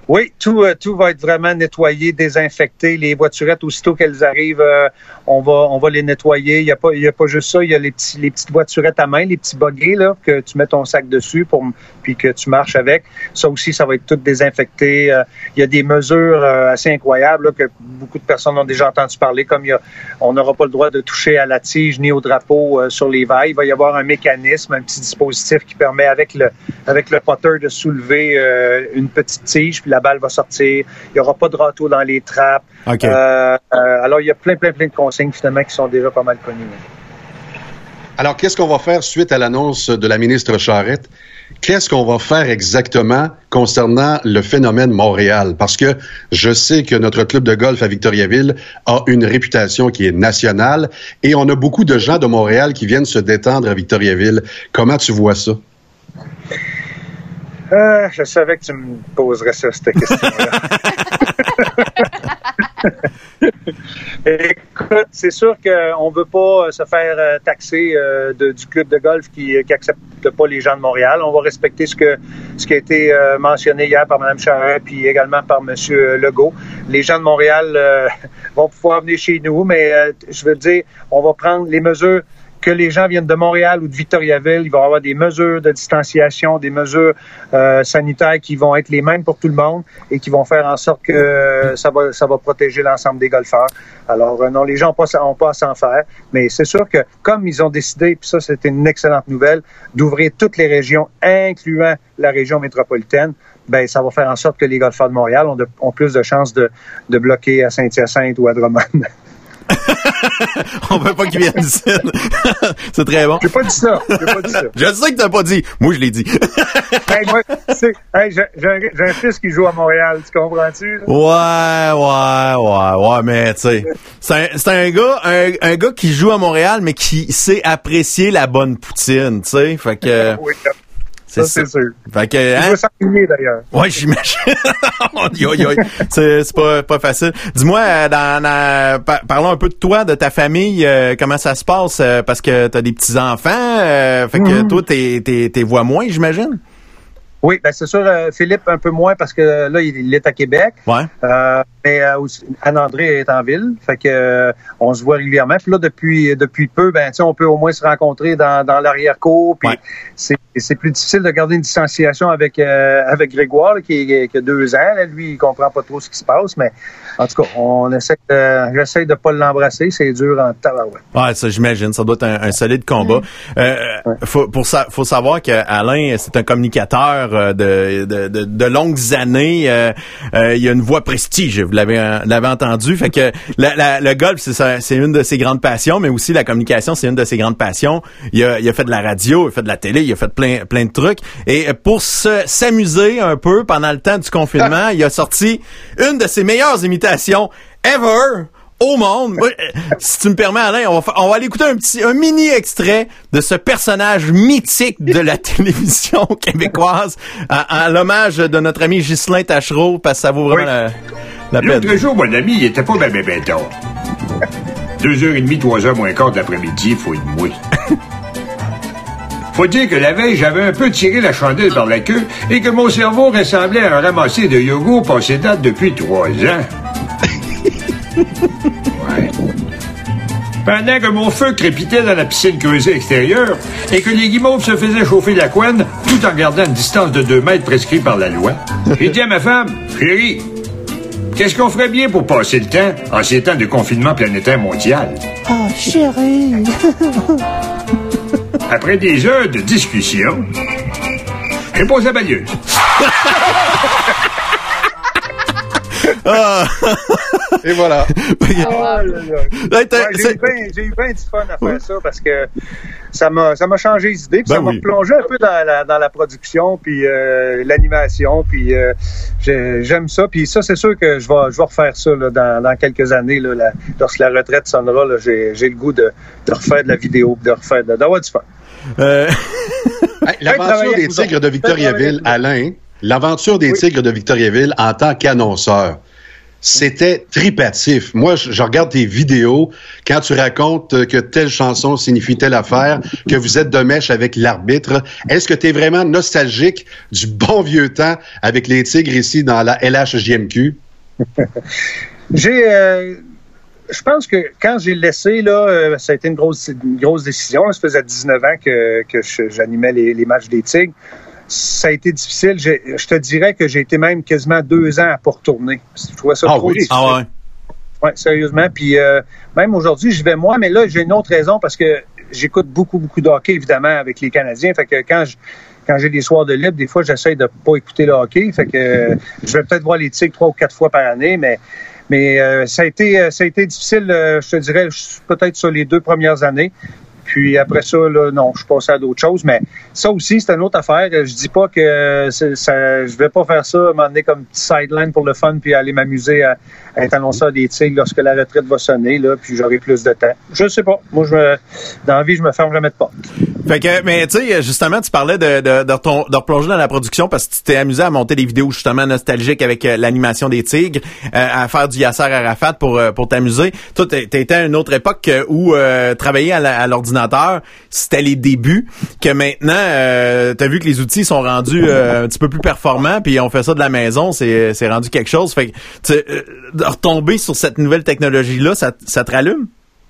[SPEAKER 7] Oui, tout, euh, tout va être vraiment nettoyé, désinfecté. Les voiturettes, aussitôt qu'elles arrivent, euh, on va, on va les nettoyer. Il y a pas, il y a pas juste ça. Il y a les petits, les petites voiturettes à main, les petits buggies, là, que tu mets ton sac dessus pour, puis que tu marches avec. Ça aussi, ça va être tout désinfecté. Euh, il y a des mesures euh, assez incroyables, là, que beaucoup de personnes ont déjà entendu parler, comme il y a, on n'aura pas le droit de toucher à la tige ni au drapeau euh, sur les vailles. Il va y avoir un mécanisme, un petit dispositif qui permet avec le, avec le putter de soulever euh, une petite tige, puis la balle va sortir. Il n'y aura pas de râteau dans les trappes.
[SPEAKER 2] Okay.
[SPEAKER 7] Euh, euh, alors, il y a plein, plein, plein de consignes, finalement, qui sont déjà pas mal connues.
[SPEAKER 3] Alors, qu'est-ce qu'on va faire suite à l'annonce de la ministre Charette? Qu'est-ce qu'on va faire exactement concernant le phénomène Montréal? Parce que je sais que notre club de golf à Victoriaville a une réputation qui est nationale et on a beaucoup de gens de Montréal qui viennent se détendre à Victoriaville. Comment tu vois ça?
[SPEAKER 7] Euh, je savais que tu me poserais ça, cette question-là. Écoute, c'est sûr qu'on ne veut pas se faire taxer euh, de, du club de golf qui n'accepte pas les gens de Montréal. On va respecter ce que ce qui a été euh, mentionné hier par Mme Charest puis également par M. Legault. Les gens de Montréal euh, vont pouvoir venir chez nous, mais euh, je veux dire, on va prendre les mesures. Que les gens viennent de Montréal ou de Victoriaville, il va y avoir des mesures de distanciation, des mesures euh, sanitaires qui vont être les mêmes pour tout le monde et qui vont faire en sorte que euh, ça va ça va protéger l'ensemble des golfeurs. Alors euh, non, les gens n'ont pas, ont pas à s'en faire, mais c'est sûr que comme ils ont décidé, puis ça c'était une excellente nouvelle, d'ouvrir toutes les régions, incluant la région métropolitaine, ben ça va faire en sorte que les golfeurs de Montréal ont, de, ont plus de chances de, de bloquer à Saint-Hyacinthe ou à Drummond.
[SPEAKER 2] On veut pas qu'ils viennent ici. C'est très bon.
[SPEAKER 7] J'ai pas dit ça. J'ai pas dit ça.
[SPEAKER 2] Je sais que t'as pas dit. Moi, je l'ai dit.
[SPEAKER 7] Hey, moi, hey, j'ai, j'ai, un, j'ai un fils qui joue à Montréal. Tu comprends-tu? Là?
[SPEAKER 2] Ouais, ouais, ouais, ouais, mais tu sais, c'est un, c'est un gars, un, un gars qui joue à Montréal, mais qui sait apprécier la bonne poutine, tu sais. Fait que. Oui,
[SPEAKER 7] c'est ça, ça, c'est sûr.
[SPEAKER 2] Fait que,
[SPEAKER 7] hein? Il va s'ennuyer, d'ailleurs.
[SPEAKER 2] Ouais, j'imagine. yo, yo. C'est, c'est pas, pas facile. Dis-moi, dans, dans, par, parlons un peu de toi, de ta famille, euh, comment ça se passe, euh, parce que t'as des petits-enfants, euh, fait que mm-hmm. toi, t'es, t'es, t'es vois moins, j'imagine?
[SPEAKER 7] Oui, ben c'est sûr, euh, Philippe un peu moins parce que là, il, il est à Québec.
[SPEAKER 2] Ouais.
[SPEAKER 7] Euh, mais euh, Anne-André est en ville, fait que euh, on se voit régulièrement. Puis là, depuis depuis peu, ben tu sais, on peut au moins se rencontrer dans, dans l'arrière-cour. Puis ouais. c'est c'est plus difficile de garder une distanciation avec euh, avec Grégoire là, qui, qui a deux ans. Là, lui, il comprend pas trop ce qui se passe, mais en tout cas, on essaie de, j'essaie de pas l'embrasser. C'est dur en tabarouette.
[SPEAKER 2] Ouais, ça j'imagine. Ça doit être un, un solide combat. Mmh. Euh, ouais. Faut pour ça, faut savoir que Alain, c'est un communicateur de de de, de longues années. Euh, euh, il a une voix prestige. Vous l'avez l'avez entendu. Fait que la, la, le golf, c'est ça, c'est une de ses grandes passions, mais aussi la communication, c'est une de ses grandes passions. Il a, il a fait de la radio, il a fait de la télé, il a fait plein plein de trucs. Et pour se s'amuser un peu pendant le temps du confinement, il a sorti une de ses meilleures imitations ever au monde. Si tu me permets, Alain, on va, on va aller écouter un petit, un mini extrait de ce personnage mythique de la télévision québécoise à, à l'hommage de notre ami Ghislain Tachereau, parce que ça vaut vraiment oui. la, la peine.
[SPEAKER 8] L'autre jour, mon ami, il était pas ben ben ben tard. Deux heures et demie, trois heures moins quart de l'après-midi, faut une mouille. Faut dire que la veille, j'avais un peu tiré la chandelle par la queue et que mon cerveau ressemblait à un ramassé de yogourt passé date depuis trois ans. Ouais. Pendant que mon feu crépitait dans la piscine creusée extérieure et que les guimauves se faisaient chauffer la couenne tout en gardant une distance de deux mètres prescrite par la loi, j'ai dit à ma femme, chérie, qu'est-ce qu'on ferait bien pour passer le temps en ces temps de confinement planétaire mondial?
[SPEAKER 9] Oh, chérie!
[SPEAKER 8] Après des heures de discussion, j'ai posé la balieuse.
[SPEAKER 2] Ah.
[SPEAKER 3] Et voilà.
[SPEAKER 7] Ah, ouais, j'ai, eu bien, j'ai eu bien du fun à faire oui. ça parce que ça m'a ça m'a changé les idées, puis ben ça m'a oui. plongé un peu dans la dans la production, puis euh, l'animation, puis euh, j'aime ça, puis ça c'est sûr que je vais je vais refaire ça là, dans dans quelques années là, la, lorsque la retraite sonnera là, j'ai j'ai le goût de de refaire de la vidéo, de refaire de, d'avoir du fun.
[SPEAKER 2] Euh...
[SPEAKER 3] hey, l'aventure des Tigres de Victoriaville, Alain. L'aventure des oui. Tigres de Victoriaville en tant qu'annonceur. C'était tripatif. Moi, je, je regarde tes vidéos quand tu racontes que telle chanson signifie telle affaire, que vous êtes de mèche avec l'arbitre. Est-ce que tu es vraiment nostalgique du bon vieux temps avec les Tigres ici dans la L H J M Q?
[SPEAKER 7] J'ai... Euh... Je pense que quand j'ai laissé, là, euh, ça a été une grosse, une grosse décision. Ça faisait dix-neuf ans que, que je, j'animais les, les matchs des Tigres. Ça a été difficile. J'ai, je te dirais que j'ai été même quasiment deux ans à pas retourner. Je trouvais ça
[SPEAKER 2] ah,
[SPEAKER 7] trop
[SPEAKER 2] oui.
[SPEAKER 7] difficile.
[SPEAKER 2] Ah ouais.
[SPEAKER 7] Ouais, sérieusement. Puis euh, même aujourd'hui, j'y vais moi, mais là, j'ai une autre raison parce que j'écoute beaucoup, beaucoup de hockey, évidemment, avec les Canadiens. Fait que quand je, quand j'ai des soirs de libre, des fois, j'essaie de pas écouter le hockey. Fait que euh, je vais peut-être voir les Tigres trois ou quatre fois par année, mais Mais euh, ça a été ça a été difficile, euh, je te dirais, peut-être sur les deux premières années. Puis après ça, là, non, je suis passé à d'autres choses. Mais ça aussi, c'est une autre affaire. Je dis pas que c'est, ça, je vais pas faire ça, m'emmener comme petit sideline pour le fun, puis aller m'amuser à, à être annonceur des Tigres lorsque la retraite va sonner, là, puis j'aurai plus de temps. Je sais pas. Moi, je me, dans la vie, je me ferme jamais de porte.
[SPEAKER 2] Fait que, mais tu sais, justement, tu parlais de, de, de, reton, de replonger dans la production parce que tu t'es amusé à monter des vidéos justement nostalgiques avec euh, l'animation des Tigres, euh, à faire du Yasser Arafat pour euh, pour t'amuser. Toi, t'étais à une autre époque où euh, travailler à, la, à l'ordinateur, c'était les débuts. Que maintenant, euh, t'as vu que les outils sont rendus euh, un petit peu plus performants, puis on fait ça de la maison, c'est c'est rendu quelque chose. Fait que euh, de retomber sur cette nouvelle technologie-là, ça, ça te rallume?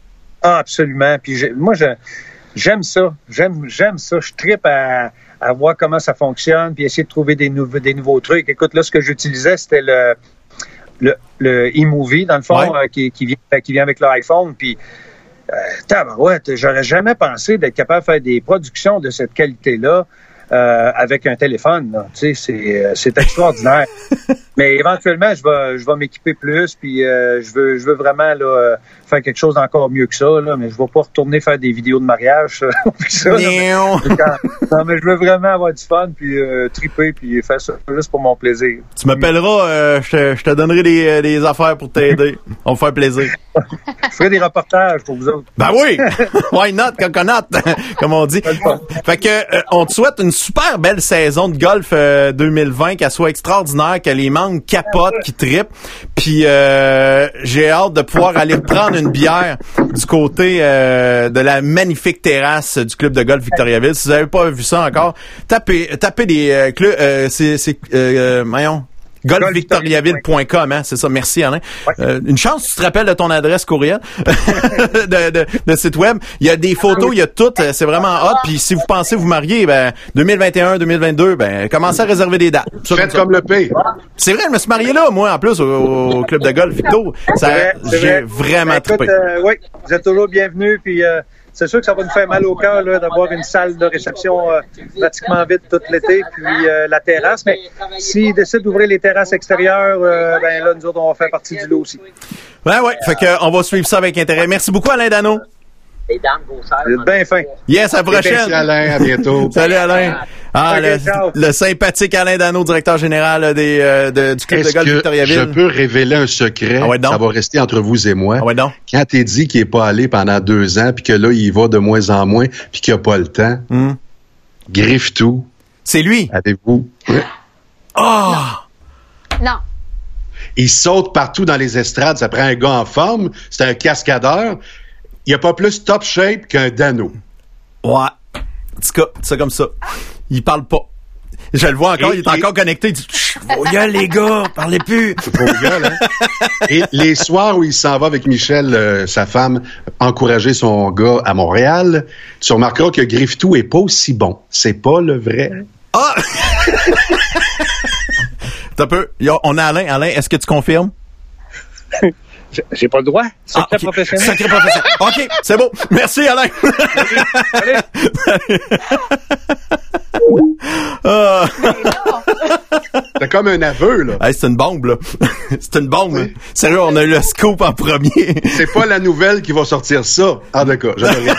[SPEAKER 7] Ah, absolument. Puis j'ai, moi, je J'aime ça. J'aime, j'aime ça. Je trippe à, à voir comment ça fonctionne puis essayer de trouver des nouveaux, des nouveaux trucs. Écoute, là, ce que j'utilisais, c'était le, le, le e-movie, dans le fond, ouais. euh, qui, qui vient, qui vient avec l'iPhone. Puis, euh, tabarouette, j'aurais jamais pensé d'être capable de faire des productions de cette qualité-là euh, avec un téléphone. Là. Tu sais, c'est, c'est extraordinaire. Mais éventuellement, je vais, je vais m'équiper plus, puis euh, je veux, je veux vraiment là, faire quelque chose d'encore mieux que ça. Là, mais je vais pas retourner faire des vidéos de mariage. ça, là, mais, quand, non, mais je veux vraiment avoir du fun, puis euh, triper, puis faire ça juste pour mon plaisir.
[SPEAKER 2] Tu m'appelleras, euh, je, te, je te donnerai des, des affaires pour t'aider. On va faire plaisir.
[SPEAKER 7] Je ferai des reportages pour vous autres.
[SPEAKER 2] Ben oui! Why not, coconut, comme on dit. Fait que euh, on te souhaite une super belle saison de golf euh, deux mille vingt, qu'elle soit extraordinaire, que les membres capotent, qui trippent. Puis euh, j'ai hâte de pouvoir aller prendre une bière du côté euh, de la magnifique terrasse du club de golf Victoriaville. Si vous n'avez pas vu ça encore, tapez, tapez des euh, clubs. Euh, c'est, c'est euh, voyons. golf victoriaville point com, hein, c'est ça. Merci, Alain. Ouais. Euh, une chance, tu te rappelles de ton adresse courriel de, de, de site web. Il y a des photos, il y a tout. C'est vraiment hot. Puis si vous pensez vous marier, ben deux mille vingt et un, deux mille vingt-deux, ben commencez à réserver des dates.
[SPEAKER 3] Ça, Faites comme, comme le P.
[SPEAKER 2] C'est vrai, je me suis marié là, moi, en plus, au, au club de golf Victo. Ça, c'est vrai, c'est j'ai vrai. vraiment
[SPEAKER 7] ben, trippé. Euh, oui, vous êtes toujours bienvenus. Puis euh, c'est sûr que ça va nous faire mal au cœur là, d'avoir une salle de réception euh, pratiquement vide tout l'été, puis euh, la terrasse. Mais s'ils décident d'ouvrir les terrasses extérieures, euh, ben là, nous autres, on va faire partie du lot aussi.
[SPEAKER 2] Ouais, ouais. Fait que on va suivre ça avec intérêt. Merci beaucoup, Alain Dano.
[SPEAKER 7] Vous êtes bien fin.
[SPEAKER 2] Yes, à la prochaine.
[SPEAKER 3] Merci, Alain. À bientôt.
[SPEAKER 2] Salut, Alain. Ah, okay, le, le sympathique Alain Dano, directeur général des, euh, de, du club
[SPEAKER 3] Est-ce
[SPEAKER 2] de golf
[SPEAKER 3] que
[SPEAKER 2] Victoriaville.
[SPEAKER 3] Je peux révéler un secret.
[SPEAKER 2] Ah ouais,
[SPEAKER 3] ça va rester entre vous et moi.
[SPEAKER 2] Ah ouais, donc.
[SPEAKER 3] Quand t'es dit qu'il est pas allé pendant deux ans, puis que là, il va de moins en moins, puis qu'il a pas le temps, mm. griffe tout.
[SPEAKER 2] C'est lui.
[SPEAKER 3] Avez-vous?
[SPEAKER 2] Oh!
[SPEAKER 5] Non. non.
[SPEAKER 3] Il saute partout dans les estrades. Ça prend un gars en forme. C'est un cascadeur. Il n'y a pas plus top shape qu'un Dano.
[SPEAKER 2] Ouais. En tout cas, c'est comme ça. Il parle pas. Je le vois encore, et, il est et... encore connecté. Il dit « Vos gueules, les gars, parlez plus! »
[SPEAKER 3] Vos gueules, hein? Et les soirs où il s'en va avec Michel, euh, sa femme, encourager son gars à Montréal, tu remarqueras que Griffe-Tout est pas aussi bon. C'est pas le vrai.
[SPEAKER 2] Ah! T'as peu. On a Alain. Alain, est-ce que tu confirmes?
[SPEAKER 7] J'ai pas le droit. Secret
[SPEAKER 2] ah, okay.
[SPEAKER 7] professionnel.
[SPEAKER 2] Secret professionnel. OK, c'est bon. Merci, Alain.
[SPEAKER 7] Allez. Allez.
[SPEAKER 2] Ah.
[SPEAKER 3] C'est comme un aveu, là.
[SPEAKER 2] Hey, c'est une bombe, là. C'est une bombe. Oui. Sérieux, on a eu le scoop en premier.
[SPEAKER 3] C'est pas la nouvelle qui va sortir ça. Ah, d'accord. J'avais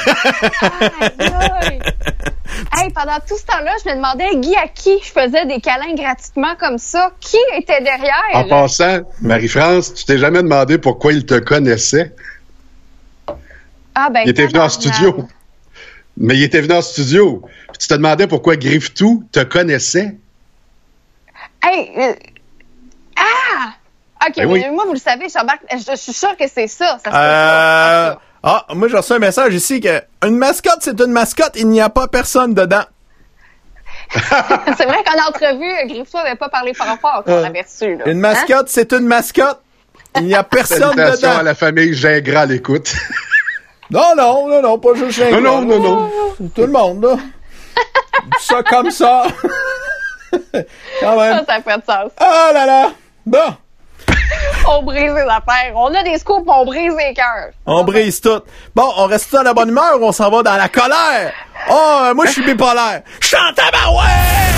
[SPEAKER 5] Hey, pendant tout ce temps-là, je me demandais, Guy, à qui je faisais des câlins gratuitement comme ça? Qui était derrière?
[SPEAKER 3] En passant, Marie-France, tu t'es jamais demandé pourquoi il te connaissait?
[SPEAKER 5] Ah, ben,
[SPEAKER 3] il était venu en studio. Mais il était venu en studio. Tu te demandais pourquoi Griffe-Tout te connaissait?
[SPEAKER 5] Hey! Euh... Ah! OK,
[SPEAKER 3] Ben
[SPEAKER 5] mais
[SPEAKER 3] oui.
[SPEAKER 5] moi, vous le savez, j'embarque, je, je suis sûre que c'est ça. ça se peut
[SPEAKER 2] Euh...
[SPEAKER 5] pas.
[SPEAKER 2] Ah, moi, j'ai reçu un message ici que une mascotte, c'est une mascotte, il n'y a pas personne dedans.
[SPEAKER 5] C'est vrai qu'en entrevue, Griffo avait pas parlé fort fort qu'on avait reçu. Là.
[SPEAKER 2] Une mascotte,
[SPEAKER 5] Hein?
[SPEAKER 2] c'est une mascotte, il n'y a personne
[SPEAKER 3] Salutations
[SPEAKER 2] dedans.
[SPEAKER 3] à la famille Gingras à l'écoute.
[SPEAKER 2] Non, non, non, non, pas juste un
[SPEAKER 3] Non, non, non, non.
[SPEAKER 2] Tout le monde, là. Ça comme ça. Quand même.
[SPEAKER 5] Ça, ça fait de sens.
[SPEAKER 2] Ah là là. Bon.
[SPEAKER 5] On brise les affaires. On a des scoops, on brise les cœurs.
[SPEAKER 2] On brise tout. Bon, on reste dans la bonne humeur ou on s'en va dans la colère? Oh, euh, moi, je suis bipolaire. Je suis en tabarouette!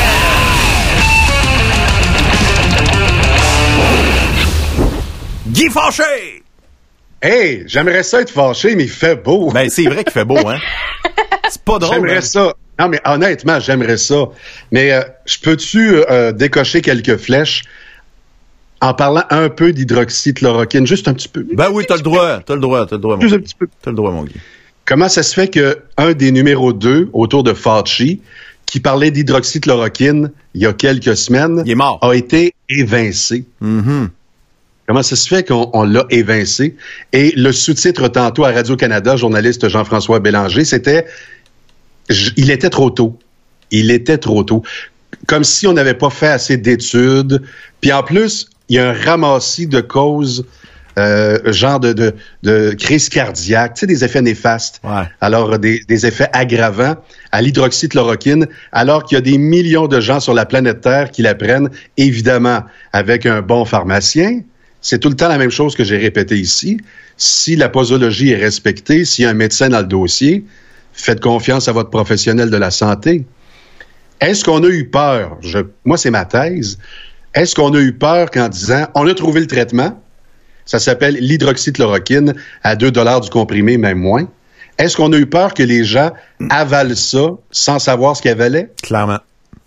[SPEAKER 2] Guy Fâché!
[SPEAKER 3] Hey, j'aimerais ça être fâché, mais il fait beau.
[SPEAKER 2] Ben, c'est vrai qu'il fait beau, hein? C'est pas drôle.
[SPEAKER 3] J'aimerais
[SPEAKER 2] hein?
[SPEAKER 3] ça. Non, mais honnêtement, j'aimerais ça. Mais euh, je peux-tu euh, décocher quelques flèches en parlant un peu d'hydroxychloroquine, juste un petit peu?
[SPEAKER 2] Ben oui, t'as le droit. T'as le droit, t'as le droit, mon
[SPEAKER 3] Juste un
[SPEAKER 2] Guy.
[SPEAKER 3] petit peu.
[SPEAKER 2] T'as le droit, mon Guy.
[SPEAKER 3] Comment ça se fait que un des numéros deux, autour de Fauci, qui parlait d'hydroxychloroquine il y a quelques semaines,
[SPEAKER 2] Il est mort.
[SPEAKER 3] a été évincé?
[SPEAKER 2] Mhm.
[SPEAKER 3] Comment ça se fait qu'on on l'a évincé? Et le sous-titre tantôt à Radio-Canada, journaliste Jean-François Bélanger, c'était j- « Il était trop tôt. Il était trop tôt. » Comme si on n'avait pas fait assez d'études. Puis en plus, il y a un ramassis de causes, euh, genre de, de, de crise cardiaque, tu sais, des effets néfastes.
[SPEAKER 2] Ouais.
[SPEAKER 3] Alors, des, des effets aggravants à l'hydroxychloroquine, alors qu'il y a des millions de gens sur la planète Terre qui la prennent, évidemment, avec un bon pharmacien. C'est tout le temps la même chose que j'ai répété ici. Si la posologie est respectée, s'il y a un médecin dans le dossier, faites confiance à votre professionnel de la santé. Est-ce qu'on a eu peur? Je, moi, c'est ma thèse. Est-ce qu'on a eu peur qu'en disant, on a trouvé le traitement, ça s'appelle l'hydroxychloroquine à deux dollars du comprimé, même moins. Est-ce qu'on a eu peur que les gens avalent ça sans savoir ce qu'ils avalaient?
[SPEAKER 2] Clairement.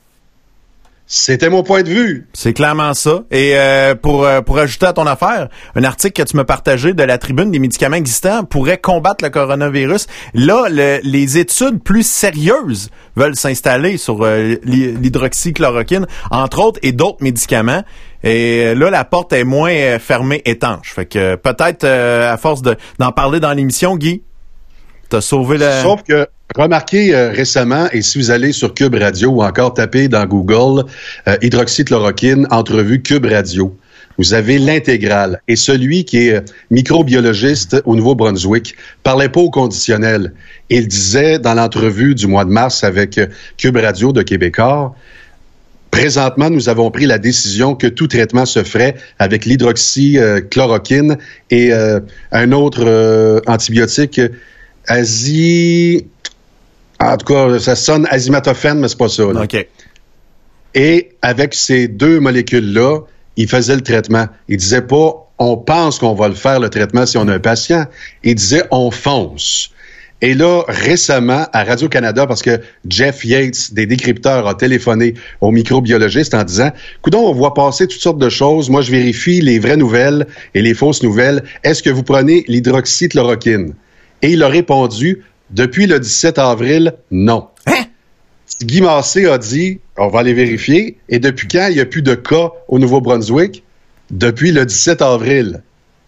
[SPEAKER 3] C'était mon point de vue.
[SPEAKER 2] C'est clairement ça. Et euh, pour euh, pour ajouter à ton affaire, un article que tu m'as partagé de la Tribune, des médicaments existants pourraient combattre le coronavirus. Là, le, les études plus sérieuses veulent s'installer sur euh, l'hydroxychloroquine, entre autres, et d'autres médicaments. Et là, la porte est moins euh, fermée, étanche. Fait que peut-être, euh, à force de, d'en parler dans l'émission, Guy, t'as sauvé le...
[SPEAKER 3] Sauf que, remarquez euh, récemment, et si vous allez sur Cube Radio ou encore tapez dans Google euh, hydroxychloroquine, entrevue Cube Radio, vous avez l'intégrale. Et celui qui est microbiologiste au Nouveau-Brunswick parlait pas au conditionnel. Il disait dans l'entrevue du mois de mars avec euh, Cube Radio de Québécois, présentement, nous avons pris la décision que tout traitement se ferait avec l'hydroxychloroquine et euh, un autre euh, antibiotique, Asi... En tout cas, ça sonne azimatophène, mais c'est pas ça. Là.
[SPEAKER 2] OK.
[SPEAKER 3] Et avec ces deux molécules-là, il faisait le traitement. Il disait pas, on pense qu'on va le faire, le traitement, si on a un patient. Il disait, on fonce. Et là, récemment, à Radio-Canada, parce que Jeff Yates, des décrypteurs, a téléphoné au microbiologiste en disant, coudonc, on voit passer toutes sortes de choses. Moi, je vérifie les vraies nouvelles et les fausses nouvelles. Est-ce que vous prenez l'hydroxychloroquine? Et il a répondu, depuis le dix-sept avril, non.
[SPEAKER 2] Hein?
[SPEAKER 3] Guy Massé a dit, on va aller vérifier. Et depuis quand il n'y a plus de cas au Nouveau-Brunswick? Depuis le dix-sept avril.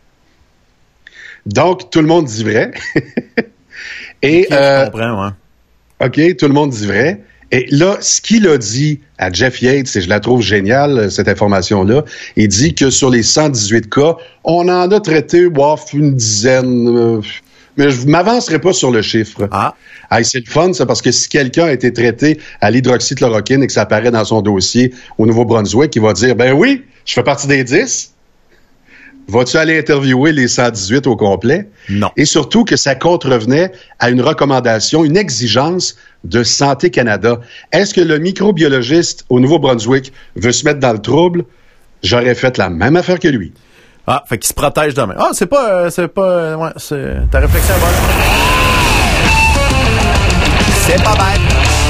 [SPEAKER 3] Donc, tout le monde dit vrai. Et,
[SPEAKER 2] Okay,
[SPEAKER 3] euh,
[SPEAKER 2] je comprends, ouais.
[SPEAKER 3] OK, tout le monde dit vrai. Et là, ce qu'il a dit à Jeff Yates, et je la trouve géniale, cette information-là, il dit que sur les cent dix-huit cas, on en a traité, bof, une dizaine. Euh, mais je ne m'avancerai pas sur le chiffre.
[SPEAKER 2] Ah.
[SPEAKER 3] Ah, c'est le fun, ça, parce que si quelqu'un a été traité à l'hydroxychloroquine et que ça apparaît dans son dossier au Nouveau-Brunswick, il va dire, ben oui, je fais partie des dix. Vas-tu aller interviewer les cent dix-huit au complet?
[SPEAKER 2] Non.
[SPEAKER 3] Et surtout que ça contrevenait à une recommandation, une exigence de Santé Canada. Est-ce que le microbiologiste au Nouveau-Brunswick veut se mettre dans le trouble? J'aurais fait la même affaire que lui.
[SPEAKER 2] Ah, fait qu'il se protège demain. Ah, c'est pas... Euh, c'est pas... Euh, ouais, c'est... Ta réflexion est bonne. C'est pas bête.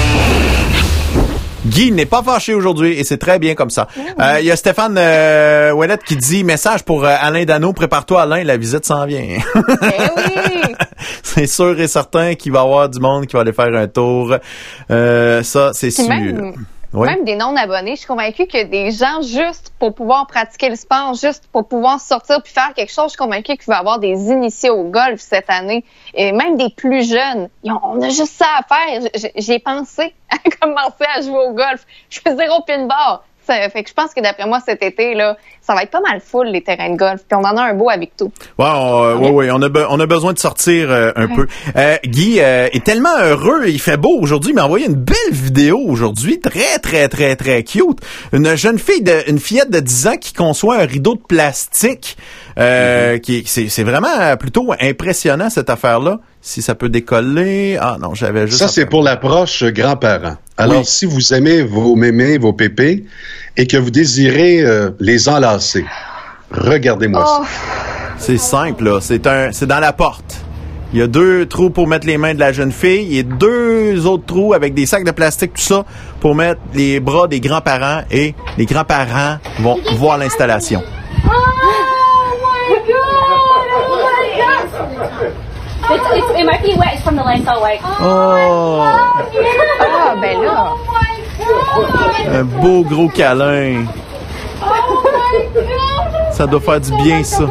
[SPEAKER 2] Guy n'est pas fâché aujourd'hui et c'est très bien comme ça. Il euh, y a Stéphane euh, Ouellette qui dit « Message pour euh, Alain Dano, prépare-toi Alain, la visite s'en vient. »
[SPEAKER 5] Eh oui!
[SPEAKER 2] C'est sûr et certain qu'il va y avoir du monde qui va aller faire un tour. Euh, ça, c'est
[SPEAKER 5] Puis
[SPEAKER 2] sûr.
[SPEAKER 5] même,
[SPEAKER 2] Oui.
[SPEAKER 5] même des non-abonnés, je suis convaincue que des gens, juste pour pouvoir pratiquer le sport, juste pour pouvoir sortir puis faire quelque chose, je suis convaincue qu'il va y avoir des initiés au golf cette année. Et même des plus jeunes. Ils ont, on a juste ça à faire. J'ai, j'ai pensé à commencer à jouer au golf. Je fais zéro pin bar. Ça fait que je pense que d'après moi, cet été, là, ça va être pas mal full, les terrains de golf. Puis on en a un beau à Victo.
[SPEAKER 2] Ouais, on, euh, ouais, ouais, on a, be- on a besoin de sortir euh, un ouais. peu. Euh, Guy euh, est tellement heureux, il fait beau aujourd'hui, il m'a envoyé une belle vidéo aujourd'hui, très, très, très, très cute. Une jeune fille, de, une fillette de dix ans qui conçoit un rideau de plastique. Euh, mm-hmm. qui c'est, c'est vraiment plutôt impressionnant, cette affaire-là. Si ça peut décoller. Ah non, j'avais juste...
[SPEAKER 3] Ça, c'est pour l'approche grands-parents. Alors, oui. si vous aimez vos mémés, vos pépés, et que vous désirez euh, les enlacer, regardez-moi oh. ça.
[SPEAKER 2] C'est simple, là. C'est un, c'est dans la porte. Il y a deux trous pour mettre les mains de la jeune fille et deux autres trous avec des sacs de plastique, tout ça, pour mettre les bras des grands-parents, et les grands-parents vont voir l'installation.
[SPEAKER 10] Oh my God! Oh my God! It's, it's, it might be wet from the Lysol wipe.
[SPEAKER 2] Oh!
[SPEAKER 5] Ah, ben là!
[SPEAKER 2] Un beau gros câlin. Ça doit faire du bien, ça.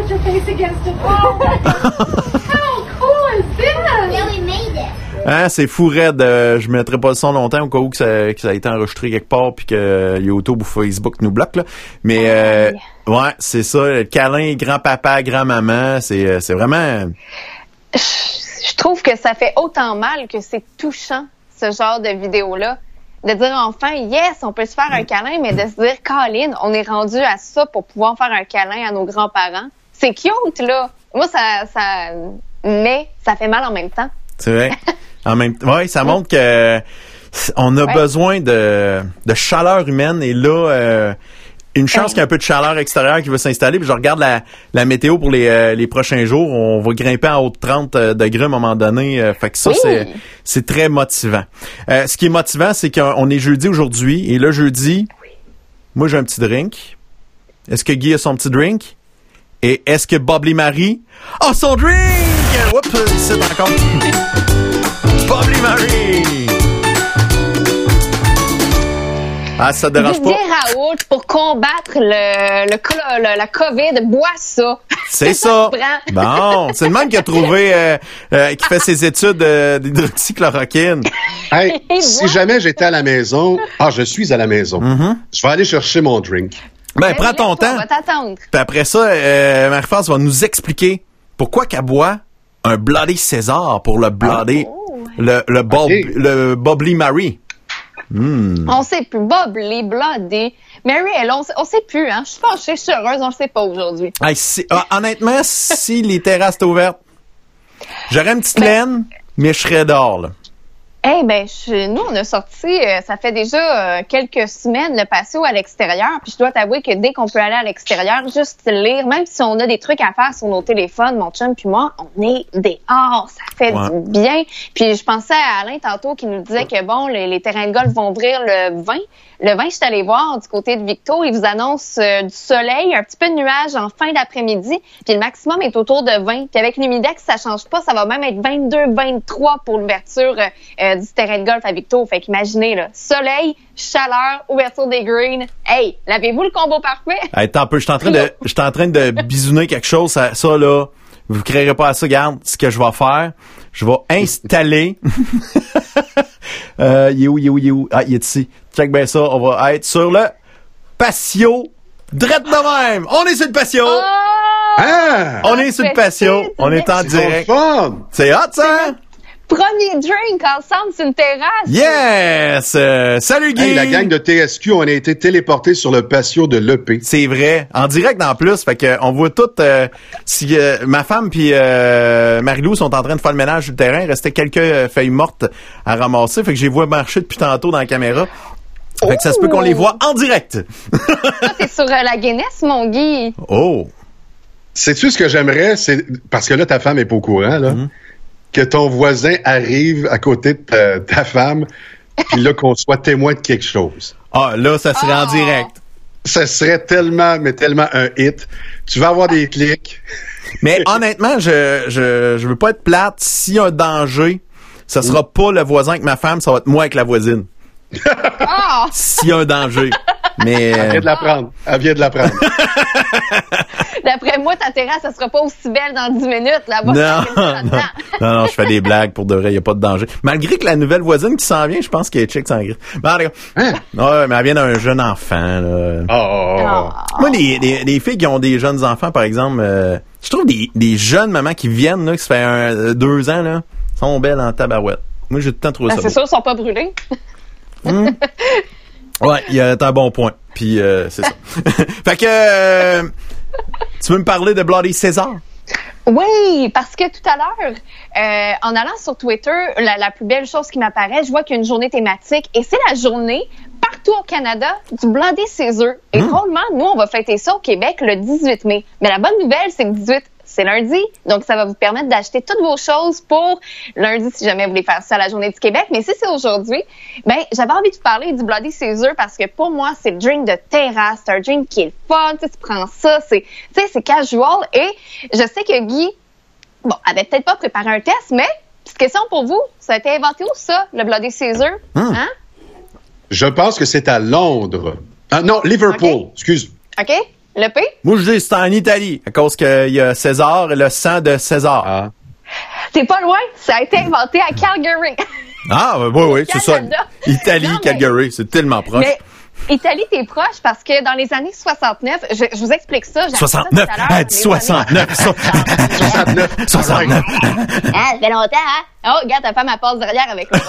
[SPEAKER 2] Hein, c'est fou raide. Euh, je mettrai pas le son longtemps au cas où que ça, que ça a été enregistré quelque part puis que YouTube ou Facebook nous bloquent, là. Mais euh, ouais, c'est ça. Le câlin, grand-papa, grand-maman, c'est, c'est vraiment...
[SPEAKER 5] Je trouve que ça fait autant mal que c'est touchant, ce genre de vidéo-là. De dire enfin, yes, on peut se faire un câlin, mais de se dire, Colin, on est rendu à ça pour pouvoir faire un câlin à nos grands-parents. C'est cute, là. Moi, ça, ça, mais ça fait mal en même temps.
[SPEAKER 2] C'est vrai. En même temps, ouais, ça montre que on a ouais. besoin de, de chaleur humaine, et là, euh, une chance qu'il y ait un peu de chaleur extérieure qui va s'installer. Puis je regarde la, la météo pour les, euh, les prochains jours. On va grimper en haut de trente degrés à un moment donné. Euh, fait que ça, oui. c'est, c'est très motivant. Euh, ce qui est motivant, c'est qu'on est jeudi aujourd'hui. Et là, jeudi, oui. moi, j'ai un petit drink. Est-ce que Guy a son petit drink? Et est-ce que Bubbly Marie a son drink? Oups, c'est encore. Bubbly Marie! Ah, ça te dérange pas?
[SPEAKER 5] Didier Raoult, pour combattre le, le, le, la COVID, bois ça.
[SPEAKER 2] C'est ça. Bon, c'est le même qui a trouvé, euh, euh, qui fait ses études euh, d'hydroxychloroquine.
[SPEAKER 3] Hey, si jamais j'étais à la maison, ah, je suis à la maison. Mm-hmm. Je vais aller chercher mon drink.
[SPEAKER 2] Ben, ben prends ton temps.
[SPEAKER 5] On va t'attendre.
[SPEAKER 2] Puis après ça, euh, Marie-France va nous expliquer pourquoi qu'elle boit un Bloody César pour le Bloody, oh. le, le, bob, okay. le Bubbly Marie. Mm.
[SPEAKER 5] On sait plus. Bubbly, Bloody. Mary, elle, on, on sait plus, hein. Je suis fâchée, je suis heureuse, on le sait pas aujourd'hui.
[SPEAKER 2] Hey, si, ah, honnêtement, si les terrasses étaient ouvertes, j'aurais une petite ben, laine, mais je serais dehors, là.
[SPEAKER 5] Eh hey, ben, je, nous, on a sorti, euh, ça fait déjà euh, quelques semaines, le patio à l'extérieur. Puis je dois t'avouer que dès qu'on peut aller à l'extérieur, juste lire, même si on a des trucs à faire sur nos téléphones, mon chum puis moi, on est dehors. Ça fait ouais. du bien. Puis je pensais à Alain tantôt qui nous disait que bon, les, les terrains de golf vont ouvrir le vingt. Le vingt, je suis allée voir du côté de Victo. Ils vous annoncent euh, du soleil, un petit peu de nuages en fin d'après-midi. Puis le maximum est autour de vingt. Puis avec l'humidex, ça change pas. Ça va même être vingt-deux, vingt-trois pour l'ouverture euh, du terrain de golf à Victo. Fait qu'imaginez, là, soleil, chaleur, ouverture des greens. Hey, l'avez-vous le combo parfait?
[SPEAKER 2] Hey, attends un peu. Je suis en train de, je suis en train de bisouner quelque chose. Ça, ça là, vous ne créerez pas à ça. Regarde, ce que je vais faire, je vais installer... euh, il est où, il est où, il est où? Ah, il est ici. Check bien ça. On va être sur le patio. Drette de même. On est sur le patio. Oh!
[SPEAKER 3] Ah!
[SPEAKER 2] On est sur le patio. On est en direct. C'est hot, ça?
[SPEAKER 5] Premier drink ensemble sur une terrasse.
[SPEAKER 2] Yes! Euh, salut Guy!
[SPEAKER 3] Hey, la gang de T S Q, on a été téléportés sur le patio de l'E P.
[SPEAKER 2] C'est vrai. En direct en plus. Fait que on voit tout. Euh, si euh, ma femme puis euh, Marie-Lou sont en train de faire le ménage sur le terrain, il restait quelques euh, feuilles mortes à ramasser. Fait que je les vois marcher depuis tantôt dans la caméra. Fait que ça se peut qu'on les voit en direct.
[SPEAKER 5] Toi, t'es sur euh, la Guinness, mon Guy.
[SPEAKER 2] Oh!
[SPEAKER 3] Sais-tu ce que j'aimerais? C'est parce que là, ta femme est pas au courant, là. Mm-hmm. Que ton voisin arrive à côté de ta, ta femme, puis là, qu'on soit témoin de quelque chose.
[SPEAKER 2] Ah, là, ça serait oh. en direct.
[SPEAKER 3] Ça serait tellement, mais tellement un hit. Tu vas avoir des clics.
[SPEAKER 2] Mais honnêtement, je, je, je veux pas être plate. S'il y a un danger, ça sera pas le voisin avec ma femme, ça va être moi avec la voisine.
[SPEAKER 5] Ah!
[SPEAKER 2] S'il y a un danger. Mais,
[SPEAKER 3] Elle vient de l'apprendre. Elle vient de l'apprendre.
[SPEAKER 5] D'après moi, ta terrasse, ça sera pas aussi belle dans dix minutes, là-bas.
[SPEAKER 2] Non, non, non, non, je fais des blagues pour de vrai, il n'y a pas de danger. Malgré que la nouvelle voisine qui s'en vient, je pense qu'elle est chick sans gris. Bon, allez, hein? Ouais, mais elle vient d'un jeune enfant, là.
[SPEAKER 3] Oh.
[SPEAKER 2] Oh. Moi, les, les, les filles qui ont des jeunes enfants, par exemple, euh, je trouve des, des jeunes mamans qui viennent, là, qui se fait un, euh, deux ans, là, sont belles en tabarouette. Moi, j'ai tout le temps trouvé
[SPEAKER 5] ben,
[SPEAKER 2] ça.
[SPEAKER 5] C'est
[SPEAKER 2] beau.
[SPEAKER 5] sûr, ils sont pas brûlés.
[SPEAKER 2] Mmh. Ouais, il y a un bon point. Puis, euh, c'est ça. Fait que, euh, tu veux me parler de Bloody César?
[SPEAKER 5] Oui, parce que tout à l'heure, euh, en allant sur Twitter, la, la plus belle chose qui m'apparaît, je vois qu'il y a une journée thématique et c'est la journée partout au Canada du Bloody César. Et
[SPEAKER 2] Mmh.
[SPEAKER 5] drôlement, nous, on va fêter ça au Québec le dix-huit mai. Mais la bonne nouvelle, c'est que dix-huit, c'est lundi. Donc, ça va vous permettre d'acheter toutes vos choses pour lundi, si jamais vous voulez faire ça à la Journée du Québec. Mais si c'est aujourd'hui, ben, j'avais envie de vous parler du Bloody César parce que pour moi, c'est le drink de terrasse. C'est un drink qui est le fun. Tu sais, tu prends ça, c'est, tu sais, c'est casual. Et je sais que Guy, bon, avait peut-être pas préparé un test, mais petite question pour vous. Ça a été inventé où, ça, le Bloody César?
[SPEAKER 2] Hum.
[SPEAKER 5] Hein?
[SPEAKER 3] Je pense que c'est à Londres. Ah non, Liverpool.
[SPEAKER 5] Okay.
[SPEAKER 3] Excuse.
[SPEAKER 5] OK? Le P?
[SPEAKER 2] Moi, je dis c'est en Italie, à cause qu'il y a César et le sang de César.
[SPEAKER 3] Ah.
[SPEAKER 5] T'es pas loin. Ça a été inventé à Calgary.
[SPEAKER 2] Ah, oui, oui, oui, c'est ça. Italie,
[SPEAKER 5] Non, mais-
[SPEAKER 2] Calgary, c'est tellement proche.
[SPEAKER 5] Mais Italie, t'es proche parce que dans les années soixante-neuf, je, je vous explique ça. j'ai appris ça
[SPEAKER 2] soixante-neuf,
[SPEAKER 5] tout à l'heure,
[SPEAKER 2] elle
[SPEAKER 5] dans
[SPEAKER 2] dit
[SPEAKER 5] les
[SPEAKER 2] soixante-neuf,
[SPEAKER 3] soixante-neuf.
[SPEAKER 2] soixante-neuf.
[SPEAKER 5] Ah, ça fait longtemps, hein? Oh, regarde, ta femme, elle passe derrière avec le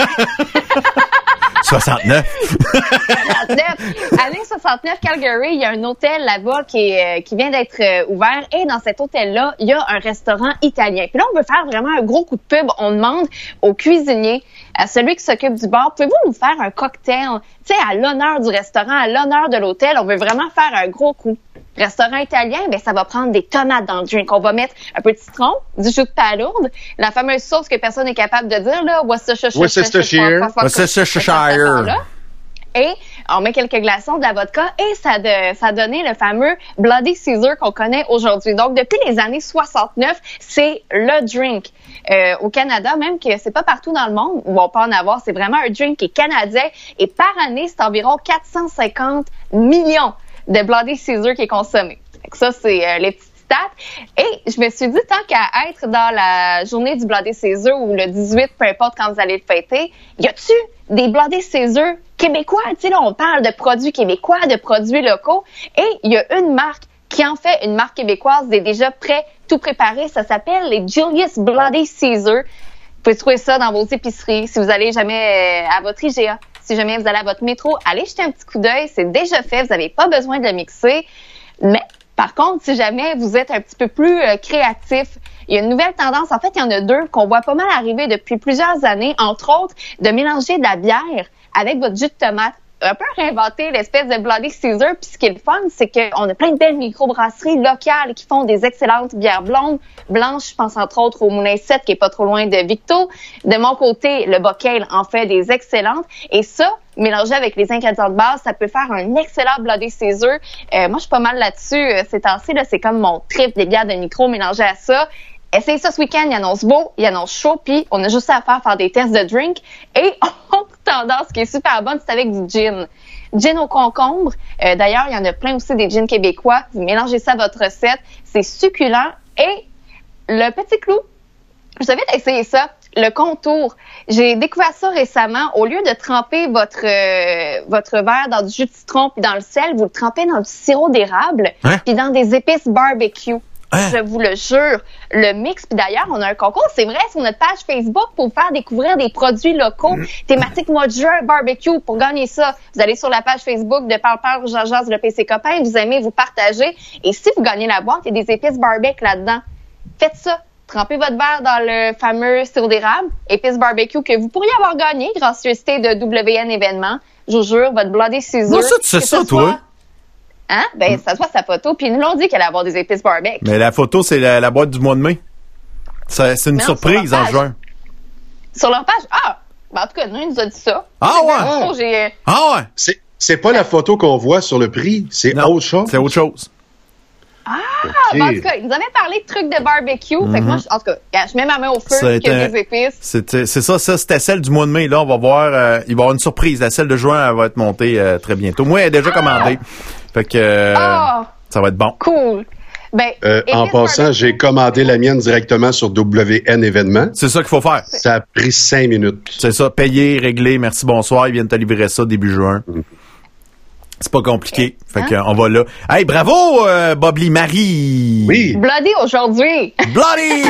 [SPEAKER 5] bras.
[SPEAKER 2] soixante-neuf.
[SPEAKER 5] soixante-neuf. Année soixante-neuf, Calgary, il y a un hôtel là-bas qui, est, euh, qui vient d'être euh, ouvert. Et dans cet hôtel-là, il y a un restaurant italien. Puis là, on veut faire vraiment un gros coup de pub. On demande au cuisinier, à celui qui s'occupe du bar, pouvez-vous nous faire un cocktail, tu sais, à l'honneur du restaurant, à l'honneur de l'hôtel? On veut vraiment faire un gros coup. Restaurant italien, ben ça va prendre des tomates dans le drink. On va mettre un peu de citron, du jus de palourde, la fameuse sauce que personne n'est capable de dire, là, Worcestershire.
[SPEAKER 3] Worcestershire.
[SPEAKER 2] Worcestershire.
[SPEAKER 5] Et on met quelques glaçons, de la vodka, et ça, de, ça a donné le fameux Bloody César qu'on connaît aujourd'hui. Donc, depuis les années soixante-neuf, c'est le drink. Euh, au Canada, même que c'est pas partout dans le monde où on peut en avoir, c'est vraiment un drink qui est canadien. Et par année, c'est environ quatre cent cinquante millions de Bloody César qui est consommé. Donc ça, c'est euh, les petites stats. Et je me suis dit, tant qu'à être dans la journée du Bloody César ou le dix-huit, peu importe quand vous allez le fêter, y a-tu des Bloody César québécois? Tu sais, là, on parle de produits québécois, de produits locaux. Et il y a une marque qui en fait une marque québécoise, est déjà prêt, tout préparé. Ça s'appelle les Julius Bloody César. Vous pouvez trouver ça dans vos épiceries. Si vous allez jamais à votre I G A, si jamais vous allez à votre métro, allez jeter un petit coup d'œil. C'est déjà fait. Vous n'avez pas besoin de le mixer. Mais par contre, si jamais vous êtes un petit peu plus euh, créatif, il y a une nouvelle tendance. En fait, il y en a deux qu'on voit pas mal arriver depuis plusieurs années. Entre autres, de mélanger de la bière avec votre jus de tomate. Un peu réinventer l'espèce de Bloody César. Puis ce qui est le fun, c'est qu'on a plein de belles microbrasseries locales qui font des excellentes bières blondes, blanches. Je pense entre autres au Moulin sept qui est pas trop loin de Victo. De mon côté, le Bocale en fait des excellentes. Et ça, mélangé avec les ingrédients de base, ça peut faire un excellent Bloody César. Euh, moi, je suis pas mal là-dessus euh, ces temps-ci. Là, c'est comme mon trip des bières de micro mélangées à ça. Essayez ça ce week-end, il annonce beau, il annonce chaud, puis on a juste à faire faire des tests de drink. Et autre tendance qui est super bonne, c'est avec du gin. Gin au concombre. Euh, d'ailleurs, il y en a plein aussi des gins québécois. Vous mélangez ça à votre recette. C'est succulent. Et le petit clou, je vous invite à essayer ça. Le contour. J'ai découvert ça récemment. Au lieu de tremper votre euh, votre verre dans du jus de citron puis dans le sel, vous le trempez dans du sirop d'érable
[SPEAKER 2] Hein?
[SPEAKER 5] puis dans des épices barbecue.
[SPEAKER 2] Hein?
[SPEAKER 5] Je vous le jure. Le mix, puis d'ailleurs, on a un concours, c'est vrai, sur notre page Facebook pour vous faire découvrir des produits locaux, thématique mois de juin, barbecue. Pour gagner ça, vous allez sur la page Facebook de Parle Parle Jean Jase, le P C Copain, vous aimez, vous partagez. Et si vous gagnez la boîte, il y a des épices barbecue là-dedans. Faites ça. Trempez votre verre dans le fameux sirop d'érable, épices barbecue que vous pourriez avoir gagné, gracieuseté de W N événements. Je vous jure, votre Bloody César.
[SPEAKER 2] Moi, ça, tu sais
[SPEAKER 5] que
[SPEAKER 2] ça,
[SPEAKER 5] ce
[SPEAKER 2] toi?
[SPEAKER 5] soit- Hein? Ben, ça se voit sa photo. Puis ils nous l'ont dit qu'elle allait avoir des épices barbecue.
[SPEAKER 2] Mais la photo, c'est la, la boîte du mois de mai. Ça, c'est une
[SPEAKER 5] Non,
[SPEAKER 2] surprise
[SPEAKER 5] sur leur
[SPEAKER 2] en
[SPEAKER 5] page.
[SPEAKER 2] juin.
[SPEAKER 5] Sur leur page? Ah! Ben, en tout cas, nous, il nous a dit ça.
[SPEAKER 2] Ah
[SPEAKER 5] J'ai
[SPEAKER 2] ouais?
[SPEAKER 5] vu la photo, j'ai, euh,
[SPEAKER 2] Ah ouais?
[SPEAKER 3] C'est, c'est pas la photo qu'on voit sur le prix, c'est
[SPEAKER 2] Non,
[SPEAKER 3] autre chose.
[SPEAKER 2] c'est autre chose.
[SPEAKER 5] Ah, okay. Ben, en tout cas, ils nous avaient parlé de trucs de barbecue. Mm-hmm. Fait que moi, je, en tout cas, je mets ma main au feu qu'il y a des épices.
[SPEAKER 2] C'était, c'est ça, ça, c'était celle du mois de mai. Là, on va voir, euh, il va y avoir une surprise. La celle de juin, elle va être montée euh, très bientôt. Moi, elle est déjà ah! commandée. Fait que euh, oh! ça va être bon.
[SPEAKER 5] Cool. Ben,
[SPEAKER 3] euh, en passant, barbecue. J'ai commandé la mienne directement sur W N événements.
[SPEAKER 2] C'est ça qu'il faut faire.
[SPEAKER 3] Ça a pris cinq minutes.
[SPEAKER 2] C'est ça, payer, régler, merci, bonsoir. Ils viennent te livrer ça début juin. Mm. C'est pas compliqué. Fait hein? que on va là. Hey, bravo, euh, Bobby Marie!
[SPEAKER 3] Oui!
[SPEAKER 5] Bloody aujourd'hui!
[SPEAKER 2] Bloody!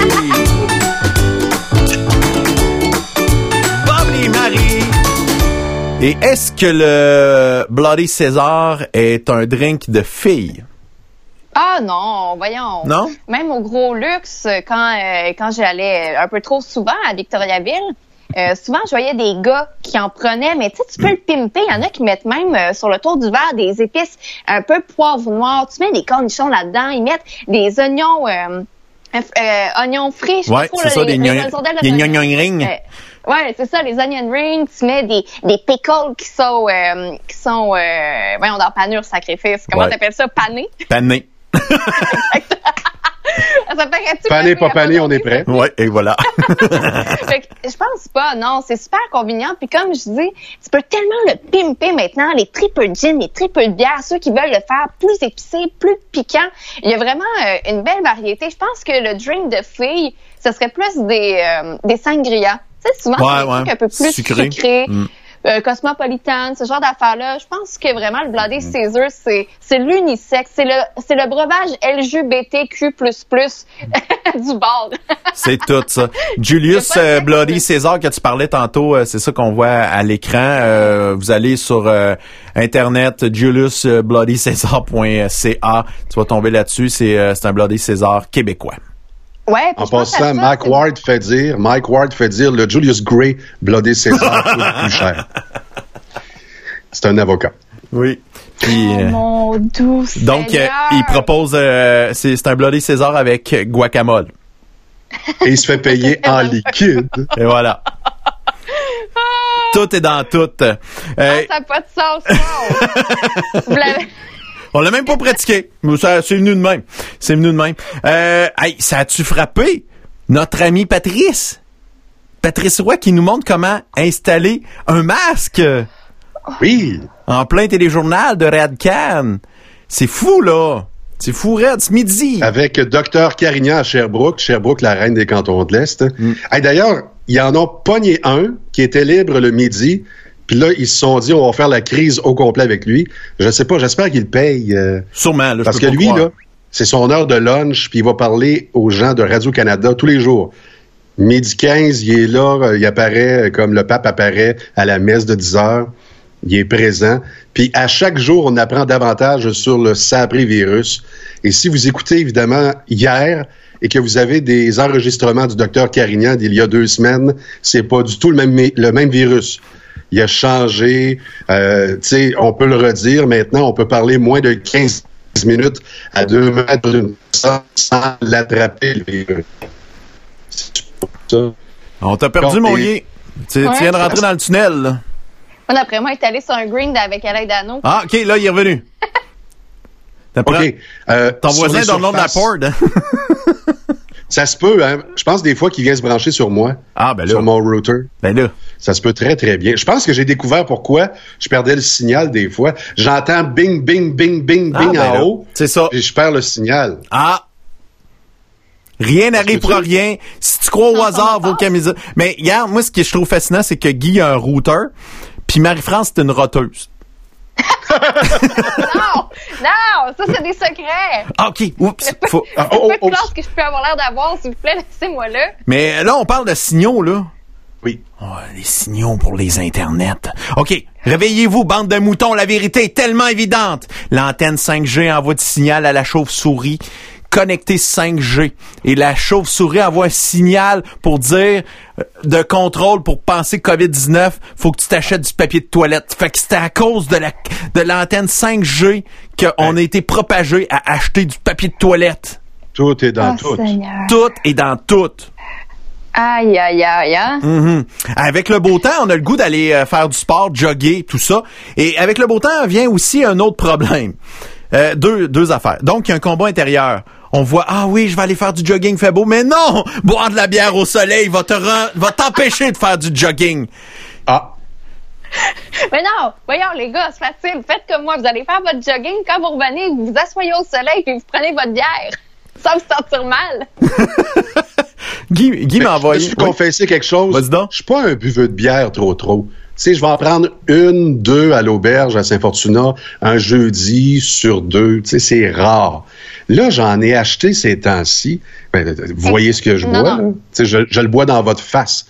[SPEAKER 2] Bobby Marie! Et est-ce que le Bloody César est un drink de filles?
[SPEAKER 5] Ah non, voyons.
[SPEAKER 2] Non?
[SPEAKER 5] Même au Gros Luxe, quand, euh, quand j'allais un peu trop souvent à Victoriaville, Euh, souvent, je voyais des gars qui en prenaient, mais tu sais, tu peux le pimper. Il y en a qui mettent même euh, sur le tour du verre des épices un peu poivre noir. Tu mets des cornichons là-dedans. Ils mettent des oignons, euh, euh, oignons frits.
[SPEAKER 2] Je ouais, c'est là, ça, les, des onion rings.
[SPEAKER 5] Euh, ouais, c'est ça, les onion rings. Tu mets des, des pickles qui sont, euh, qui sont, euh, voyons, dans panure sacrifice. Comment ouais. t'appelles ça? Pané?
[SPEAKER 2] Pané.
[SPEAKER 3] Pané, pas pané, on est prêt.
[SPEAKER 2] Ouais, et voilà.
[SPEAKER 5] Fait que, je pense pas, non, c'est super convenient. Puis comme je dis, tu peux tellement le pimper maintenant, les triple gin, les triple bières, ceux qui veulent le faire plus épicé, plus piquant. Il y a vraiment euh, une belle variété. Je pense que le drink de filles, ce serait plus des, euh, des sangria. Tu sais, souvent,
[SPEAKER 2] ouais,
[SPEAKER 5] c'est des
[SPEAKER 2] ouais.
[SPEAKER 5] trucs un peu plus
[SPEAKER 2] sucré.
[SPEAKER 5] sucrés.
[SPEAKER 2] Mm.
[SPEAKER 5] Euh, Cosmopolitan, ce genre d'affaires-là, je pense que vraiment le Bloody Caesar, c'est c'est l'unisexe, c'est le c'est le breuvage L G B T Q plus plus du bar.
[SPEAKER 2] C'est tout ça. Julius euh, Bloody Caesar que tu parlais tantôt, euh, c'est ça qu'on voit à l'écran. Euh, vous allez sur euh, internet julius bloody caesar point c a, tu vas tomber là-dessus. C'est euh, c'est un Bloody Caesar québécois.
[SPEAKER 5] Ouais,
[SPEAKER 3] en passant, Mike Ward fait dire, Mike Ward fait dire, le Julius Gray Bloody Caesar coûte plus cher. C'est un avocat.
[SPEAKER 2] Oui. Puis,
[SPEAKER 5] oh, mon doux
[SPEAKER 2] donc, euh, il propose, euh, c'est, c'est un Bloody Caesar avec guacamole.
[SPEAKER 3] Et il se fait payer en liquide.
[SPEAKER 2] Et voilà. Tout est dans tout. Euh,
[SPEAKER 5] ah, ça n'a pas de sens, non. Vous l'avez...
[SPEAKER 2] On l'a même pas pratiqué. Ça, c'est venu de même. C'est venu de même. Euh, hey, ça a-tu frappé notre ami Patrice? Patrice Roy qui nous montre comment installer un masque.
[SPEAKER 3] Oui.
[SPEAKER 2] En plein téléjournal de Radcan. C'est fou, là. C'est fou, Red, ce midi.
[SPEAKER 3] Avec Docteur Carignan à Sherbrooke. Sherbrooke, la reine des cantons de l'Est. Mm. Hey, d'ailleurs, ils en ont pogné un qui était libre le midi. Puis là, ils se sont dit, on va faire la crise au complet avec lui. Je sais pas, j'espère qu'il paye. Euh,
[SPEAKER 2] Sûrement, là,
[SPEAKER 3] parce
[SPEAKER 2] je peux
[SPEAKER 3] que lui,
[SPEAKER 2] croire.
[SPEAKER 3] là, c'est son heure de lunch, puis il va parler aux gens de Radio-Canada tous les jours. Midi quinze, il est là, il apparaît comme le pape apparaît à la messe de dix heures. Il est présent. Puis à chaque jour, on apprend davantage sur le sapré virus. Et si vous écoutez, évidemment, hier, et que vous avez des enregistrements du docteur Carignan d'il y a deux semaines, c'est pas du tout le même, le même virus. Il a changé, euh, tu sais, on peut le redire maintenant, on peut parler moins de quinze minutes à deux mètres d'une personne sans l'attraper, le virus. Ça.
[SPEAKER 2] On t'a perdu, Donc, mon gars. Tu ouais, viens de rentrer dans le tunnel, là.
[SPEAKER 5] Moi, d'après moi, il est allé sur un green avec Alain Dano.
[SPEAKER 2] Ah, OK, là, il est revenu.
[SPEAKER 3] OK. Euh,
[SPEAKER 2] Ton voisin dans le nom de la Ford, hein?
[SPEAKER 3] Ça se peut, hein. Je pense des fois qu'il vient se brancher sur moi.
[SPEAKER 2] Ah, ben là.
[SPEAKER 3] Sur mon router.
[SPEAKER 2] Ben là.
[SPEAKER 3] Ça se peut très, très bien. Je pense que j'ai découvert pourquoi je perdais le signal des fois. J'entends bing, bing, bing, bing, bing ah, ben en là. haut.
[SPEAKER 2] C'est ça.
[SPEAKER 3] Et je perds le signal.
[SPEAKER 2] Ah. Rien n'arrive pour rien. Si tu crois au hasard, vos camisoles. Mais, regarde, moi, ce que je trouve fascinant, c'est que Guy a un router, puis Marie-France, c'est une roteuse.
[SPEAKER 5] non, non, ça c'est des secrets.
[SPEAKER 2] Ah, OK, oups.
[SPEAKER 5] Le
[SPEAKER 2] faut...
[SPEAKER 5] peu, oh, oh, oh, classe que je peux avoir l'air d'avoir, s'il vous plaît, laissez-moi là.
[SPEAKER 2] Mais là, on parle de signaux, là.
[SPEAKER 3] Oui.
[SPEAKER 2] Oh, les signaux pour les internets. OK, réveillez-vous, bande de moutons, la vérité est tellement évidente. L'antenne cinq G envoie du signal à la chauve-souris. Connecté cinq G. Et la chauve-souris envoie un signal pour dire de contrôle pour penser covid dix-neuf, faut que tu t'achètes du papier de toilette. Fait que c'était à cause de la de l'antenne cinq G qu'on a été propagé à acheter du papier de toilette.
[SPEAKER 3] Tout est dans
[SPEAKER 5] oh,
[SPEAKER 3] tout.
[SPEAKER 5] Seigneur.
[SPEAKER 2] Tout est dans tout.
[SPEAKER 5] Aïe, aïe, aïe, hein?
[SPEAKER 2] Mm-hmm. Avec le beau temps, on a le goût d'aller euh, faire du sport, jogger, tout ça. Et avec le beau temps vient aussi un autre problème. euh, deux, deux affaires. Donc, il y a un combat intérieur. On voit, ah oui, je vais aller faire du jogging, fait beau. Mais non! Boire de la bière au soleil va te rend, va t'empêcher de faire du jogging.
[SPEAKER 3] Ah.
[SPEAKER 5] Mais non, voyons les gars, c'est facile. Faites comme moi, vous allez faire votre jogging. Quand vous revenez, vous vous asseyez au soleil puis vous prenez votre bière. Ça vous sentir mal.
[SPEAKER 2] Guy, Guy m'a envoyé.
[SPEAKER 3] Je peux confesser quelque chose.
[SPEAKER 2] Vas-y donc.
[SPEAKER 3] Je suis pas un buveux de bière trop trop. Tu sais, je vais en prendre une, deux à l'auberge à Saint-Fortuna un jeudi sur deux. Tu sais, c'est rare. Là, j'en ai acheté ces temps-ci. Ben, vous voyez ce que je
[SPEAKER 5] non,
[SPEAKER 3] bois,
[SPEAKER 5] non.
[SPEAKER 3] là? Tu sais, je, je le bois dans votre face.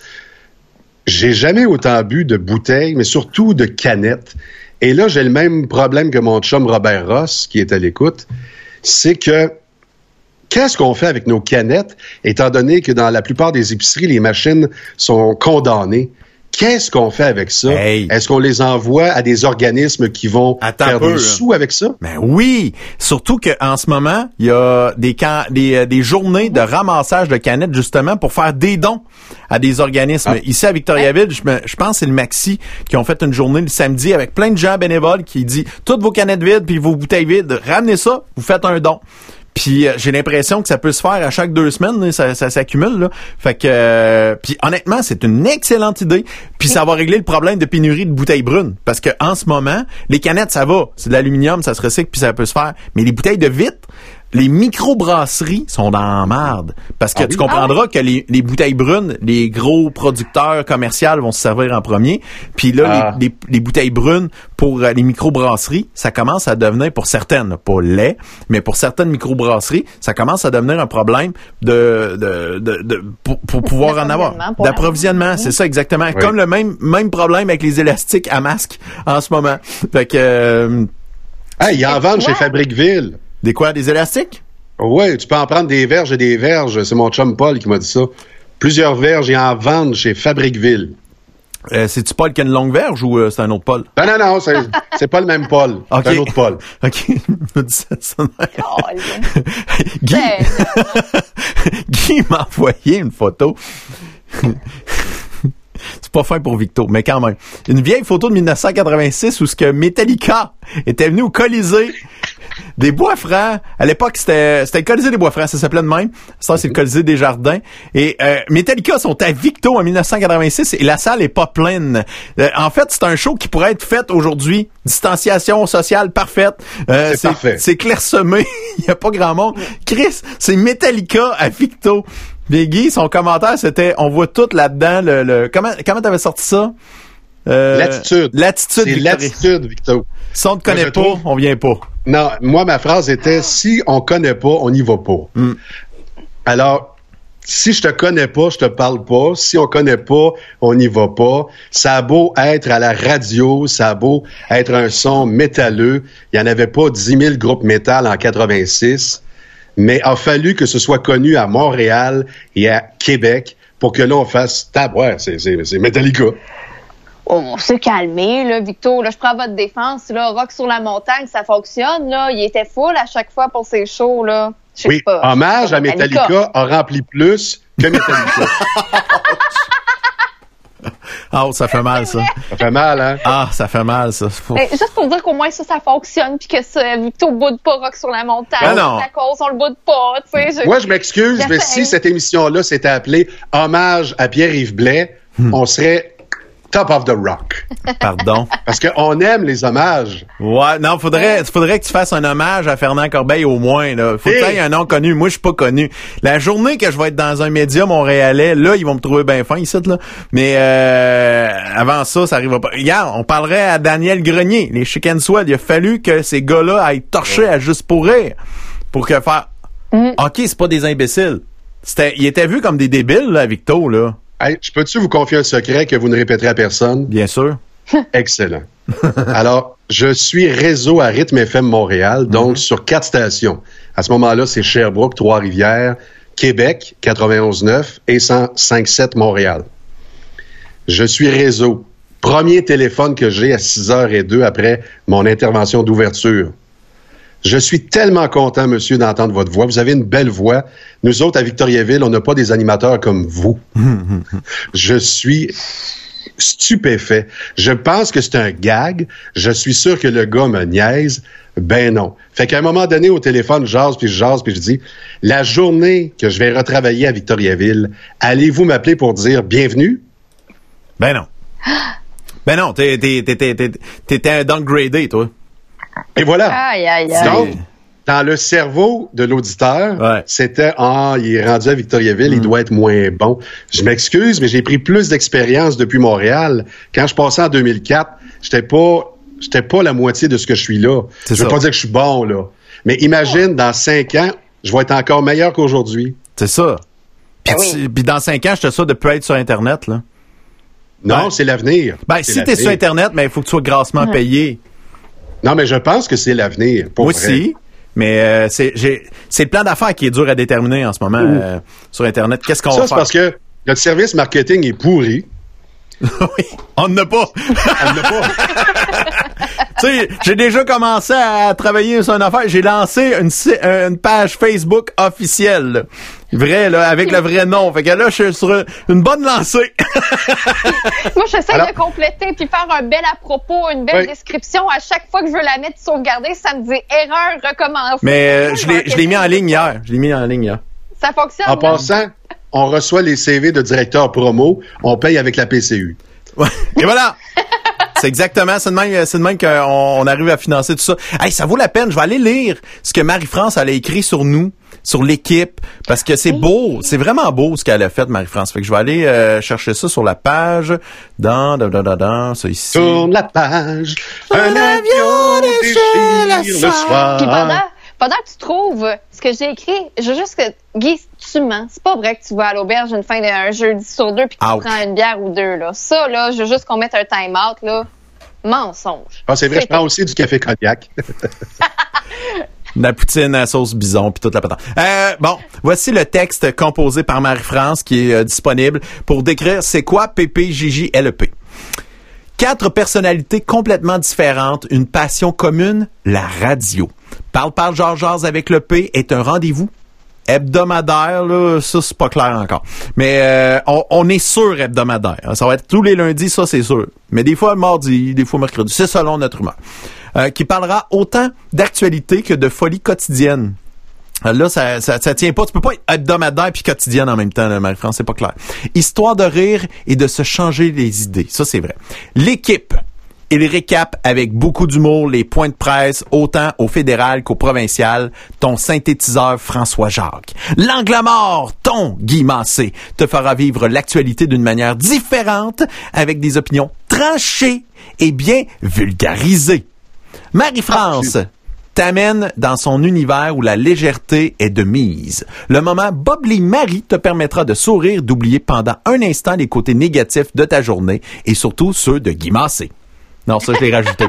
[SPEAKER 3] J'ai jamais autant bu de bouteilles, mais surtout de canettes. Et là, j'ai le même problème que mon chum Robert Ross, qui est à l'écoute. C'est que qu'est-ce qu'on fait avec nos canettes, étant donné que dans la plupart des épiceries, les machines sont condamnées? Qu'est-ce qu'on fait avec ça?
[SPEAKER 2] Hey.
[SPEAKER 3] Est-ce qu'on les envoie à des organismes qui vont
[SPEAKER 2] Attends
[SPEAKER 3] faire
[SPEAKER 2] un peu,
[SPEAKER 3] des
[SPEAKER 2] là.
[SPEAKER 3] sous avec ça?
[SPEAKER 2] Ben oui, surtout qu'en ce moment, il y a des, can- des, euh, des journées de ramassage de canettes justement pour faire des dons à des organismes.
[SPEAKER 3] Ah.
[SPEAKER 2] Ici à Victoriaville, je, me- je pense que c'est le Maxi qui ont fait une journée le samedi avec plein de gens bénévoles qui dit toutes vos canettes vides puis vos bouteilles vides, ramenez ça, vous faites un don. Puis euh, j'ai l'impression que ça peut se faire à chaque deux semaines, là, ça, ça s'accumule là. Fait que euh, puis honnêtement, c'est une excellente idée. Puis ça va régler le problème de pénurie de bouteilles brunes parce que en ce moment, les canettes ça va, c'est de l'aluminium, ça se recycle puis ça peut se faire. Mais les bouteilles de vitre, les microbrasseries sont dans la merde. Parce que
[SPEAKER 3] Ah
[SPEAKER 2] tu
[SPEAKER 3] oui?
[SPEAKER 2] comprendras que les, les bouteilles brunes, les gros producteurs commerciaux vont se servir en premier. Puis là,
[SPEAKER 3] Ah.
[SPEAKER 2] les, les, les bouteilles brunes pour euh, les microbrasseries, ça commence à devenir, pour certaines, pas lait, mais pour certaines microbrasseries, ça commence à devenir un problème de, de, de, de pour, pour pouvoir en avoir.
[SPEAKER 5] D'approvisionnement pour
[SPEAKER 2] D'approvisionnement, c'est ça exactement.
[SPEAKER 3] Oui.
[SPEAKER 2] Comme le même, même problème avec les élastiques à masque en ce moment. Fait que... euh,
[SPEAKER 3] Hey, ils en vendent chez
[SPEAKER 5] Ouais.
[SPEAKER 3] Fabriqueville.
[SPEAKER 2] des quoi? Des élastiques?
[SPEAKER 3] Oui, tu peux en prendre des verges et des verges. C'est mon chum Paul qui m'a dit ça. Plusieurs verges, ils en vendent chez Fabriqueville.
[SPEAKER 2] Euh, c'est-tu Paul qui a une longue verge ou euh, c'est un autre Paul?
[SPEAKER 3] Ben non, non, c'est, c'est pas le même Paul.
[SPEAKER 2] Ok.
[SPEAKER 3] C'est un autre Paul.
[SPEAKER 2] OK. Il m'a dit ça, ça.
[SPEAKER 5] Oh,
[SPEAKER 2] Guy,
[SPEAKER 5] Ben,
[SPEAKER 2] Guy m'a envoyé une photo. C'est pas fin pour Victo, mais quand même. Une vieille photo de dix-neuf cent quatre-vingt-six où ce que Metallica était venu au Colisée des Bois-Francs. À l'époque, c'était, c'était le Colisée des Bois-Francs, ça s'appelait de même. Ça, c'est le Colisée des Jardins. Et euh, Metallica sont à Victo en dix-neuf cent quatre-vingt-six et la salle est pas pleine. Euh, en fait, c'est un show qui pourrait être fait aujourd'hui. Distanciation sociale parfaite. Euh,
[SPEAKER 3] C'est parfait.
[SPEAKER 2] C'est clairsemé. Il y a pas grand monde. Chris, c'est Metallica à Victo. Mais Guy, son commentaire, c'était, on voit tout là-dedans, le, le comment, comment t'avais sorti ça? Euh,
[SPEAKER 3] L'attitude.
[SPEAKER 2] L'attitude,
[SPEAKER 3] C'est
[SPEAKER 2] Victoria.
[SPEAKER 3] l'attitude, Victor.
[SPEAKER 2] Si on te connaît
[SPEAKER 3] je
[SPEAKER 2] pas,
[SPEAKER 3] trouve-
[SPEAKER 2] on vient pas.
[SPEAKER 3] Non, moi, ma phrase était, si on connaît pas, on n'y va pas.
[SPEAKER 2] Mm.
[SPEAKER 3] Alors, si je te connais pas, je te parle pas. Si on connaît pas, on n'y va pas. Ça a beau être à la radio, ça a beau être un son métalleux. Il n'y en avait pas dix mille groupes métal en quatre-vingt-six. Mais a fallu que ce soit connu à Montréal et à Québec pour que là, on fasse tab. Ouais, c'est, c'est, c'est Metallica.
[SPEAKER 5] oh, on s'est calmé, là, Victo. Là, je prends votre défense. Là, Rock sur la montagne, ça fonctionne. Là. Il était full à chaque fois pour ses shows. Là. Je sais
[SPEAKER 3] Oui,
[SPEAKER 5] pas.
[SPEAKER 3] hommage
[SPEAKER 5] C'est
[SPEAKER 3] à
[SPEAKER 5] pas
[SPEAKER 3] Metallica a rempli plus que Metallica.
[SPEAKER 2] Ah, oh, ça fait mal, ça.
[SPEAKER 3] Ça fait mal, hein?
[SPEAKER 2] Ah, ça fait mal, ça. Faut-
[SPEAKER 5] Eh, juste pour dire qu'au moins ça, ça fonctionne, puis que ça, Victo boude pas Rock sur la montagne.
[SPEAKER 2] Ben non.
[SPEAKER 5] C'est à cause, on le boude pas, tu sais. je-
[SPEAKER 3] Moi, je m'excuse, mais
[SPEAKER 5] J'essaie.
[SPEAKER 3] si cette émission-là s'était appelée Hommage à Pierre-Yves Blais, on serait top of the rock.
[SPEAKER 2] Pardon.
[SPEAKER 3] Parce qu'on aime les hommages.
[SPEAKER 2] Ouais, non, faudrait, faudrait que tu fasses un hommage à Fernand Corbeil au moins, là. Faut que
[SPEAKER 3] Hey.
[SPEAKER 2] tu aies un nom connu. Moi, je suis pas connu. La journée que je vais être dans un média montréalais, là, ils vont me trouver bien fin ici, là. Mais, euh, avant ça, ça arrivera pas. Regarde, on parlerait à Daniel Grenier, les Chicken Swell. Il a fallu que ces gars-là aillent torcher à Juste pour rire. Pour que faire, OK, c'est pas des imbéciles. C'était, ils étaient vus comme des débiles, là, à Victo, là.
[SPEAKER 3] Hey, je peux-tu vous confier un secret que vous ne répéterez à personne?
[SPEAKER 2] Bien sûr.
[SPEAKER 3] Excellent. Alors, je suis réseau à Rythme F M Montréal, donc sur quatre stations. À ce moment-là, c'est Sherbrooke, Trois-Rivières, Québec, quatre-vingt-onze neuf et cent cinq sept Montréal. Je suis réseau. Premier téléphone que j'ai à six heures zéro deux après mon intervention d'ouverture. Je suis tellement content, monsieur, d'entendre votre voix. Vous avez une belle voix. Nous autres, à Victoriaville, on n'a pas des animateurs comme vous. Je suis stupéfait. Je pense que c'est un gag. Je suis sûr que le gars me niaise. Ben non. Fait qu'à un moment donné, au téléphone, je jase, puis je jase, puis je dis, la journée que je vais retravailler à Victoriaville, allez-vous m'appeler pour dire bienvenue?
[SPEAKER 2] Ben non. Ben non, t'es, t'es, t'es, t'es, t'es, t'étais un downgradé, toi.
[SPEAKER 3] Et voilà.
[SPEAKER 5] Aïe, aïe, aïe.
[SPEAKER 3] Donc, dans le cerveau de l'auditeur,
[SPEAKER 2] ouais.
[SPEAKER 3] c'était « Ah, il est rendu à Victoriaville, mm. il doit être moins bon. » Je m'excuse, mais j'ai pris plus d'expérience depuis Montréal. Quand je passais en deux mille quatre, j'étais pas... J'étais pas la moitié de ce que je suis là.
[SPEAKER 2] C'est
[SPEAKER 3] je veux
[SPEAKER 2] ça.
[SPEAKER 3] pas dire que je suis bon, là. Mais imagine, dans cinq ans, je vais être encore meilleur qu'aujourd'hui.
[SPEAKER 2] C'est ça. Puis,
[SPEAKER 5] Ben oui.
[SPEAKER 2] puis dans cinq ans, je te souhaite de plus être sur Internet, là.
[SPEAKER 3] Non,
[SPEAKER 2] ben,
[SPEAKER 3] c'est l'avenir.
[SPEAKER 2] Ben,
[SPEAKER 3] c'est
[SPEAKER 2] si
[SPEAKER 3] l'avenir.
[SPEAKER 2] t'es sur Internet, mais il faut que tu sois grassement
[SPEAKER 5] Ouais.
[SPEAKER 2] payé.
[SPEAKER 3] Non, mais je pense que c'est l'avenir. Pour
[SPEAKER 2] Moi
[SPEAKER 3] vrai.
[SPEAKER 2] aussi. Mais euh, c'est, j'ai, c'est le plan d'affaires qui est dur à déterminer en ce moment euh, sur Internet. Qu'est-ce qu'on
[SPEAKER 3] Ça,
[SPEAKER 2] va
[SPEAKER 3] c'est
[SPEAKER 2] faire?
[SPEAKER 3] parce que notre service marketing est pourri.
[SPEAKER 2] Oui, on n'en a pas.
[SPEAKER 3] On n'a pas.
[SPEAKER 2] Tu sais, j'ai déjà commencé à travailler sur une affaire. J'ai lancé une, une page Facebook officielle. Là. Vrai, là, avec le vrai nom. Fait que là, je suis sur une bonne lancée.
[SPEAKER 5] Moi, j'essaie
[SPEAKER 3] Alors-
[SPEAKER 5] de compléter puis faire un bel à propos, une belle
[SPEAKER 3] Oui.
[SPEAKER 5] description. À chaque fois que je veux la mettre sauvegarder, ça me dit erreur, recommencer.
[SPEAKER 2] Mais euh, je l'ai, je l'ai mis en ligne hier. Je l'ai mis en ligne hier.
[SPEAKER 5] Ça fonctionne.
[SPEAKER 3] En
[SPEAKER 5] là?
[SPEAKER 3] passant, on reçoit les C V de directeur promo, on paye avec la P C U.
[SPEAKER 2] Ouais. Et voilà! C'est exactement, c'est de même, c'est de même qu'on on arrive à financer tout ça. Hey, ça vaut la peine. Je vais aller lire ce que Marie-France elle a écrit sur nous, sur l'équipe, parce que c'est beau, c'est vraiment beau ce qu'elle a fait, Marie-France. Fait que je vais aller euh, chercher ça sur la page, dans, dans, dans, dans, dans ça ici.
[SPEAKER 3] Tourne la page, un avion déchire le soir.
[SPEAKER 5] Puis pendant, pendant que tu trouves ce que j'ai écrit, je veux juste que, Guy, tu mens. C'est pas vrai que tu vas à l'auberge une fin d'un jeudi sur deux puis que tu
[SPEAKER 2] Ouch.
[SPEAKER 5] prends une bière ou deux, là. Ça, là, je veux juste qu'on mette un time-out, là. Mensonge.
[SPEAKER 3] Ah, c'est vrai, je prends aussi du café cognac.
[SPEAKER 2] De la poutine à sauce bison puis toute la patente. Euh, bon, voici le texte composé par Marie-France qui est euh, disponible pour décrire c'est quoi P P J J L E P. Quatre personnalités complètement différentes, une passion commune, la radio. Parle parle Georges Jazz avec le P est un rendez-vous hebdomadaire, là, ça c'est pas clair encore. Mais euh, on, on est sûr hebdomadaire. Ça va être tous les lundis, ça c'est sûr. Mais des fois le mardi, des fois mercredi, c'est selon notre humeur. Euh, qui parlera autant d'actualité que de folie quotidienne. Euh, Là, ça, ça, ça tient pas. Tu peux pas être hebdomadaire puis quotidienne en même temps, là, Marie-France, c'est pas clair. Histoire de rire et de se changer les idées. Ça, c'est vrai. L'équipe. Il récap avec beaucoup d'humour les points de presse, autant au fédéral qu'au provincial, ton synthétiseur François Jacques. L'angle mort, ton Guy Massé, te fera vivre l'actualité d'une manière différente, avec des opinions tranchées et bien vulgarisées. Marie-France t'amène dans son univers où la légèreté est de mise. Le moment Bob Lee Marie te permettra de sourire, d'oublier pendant un instant les côtés négatifs de ta journée et surtout ceux de Guy Massé. Non, ça, je l'ai rajouté.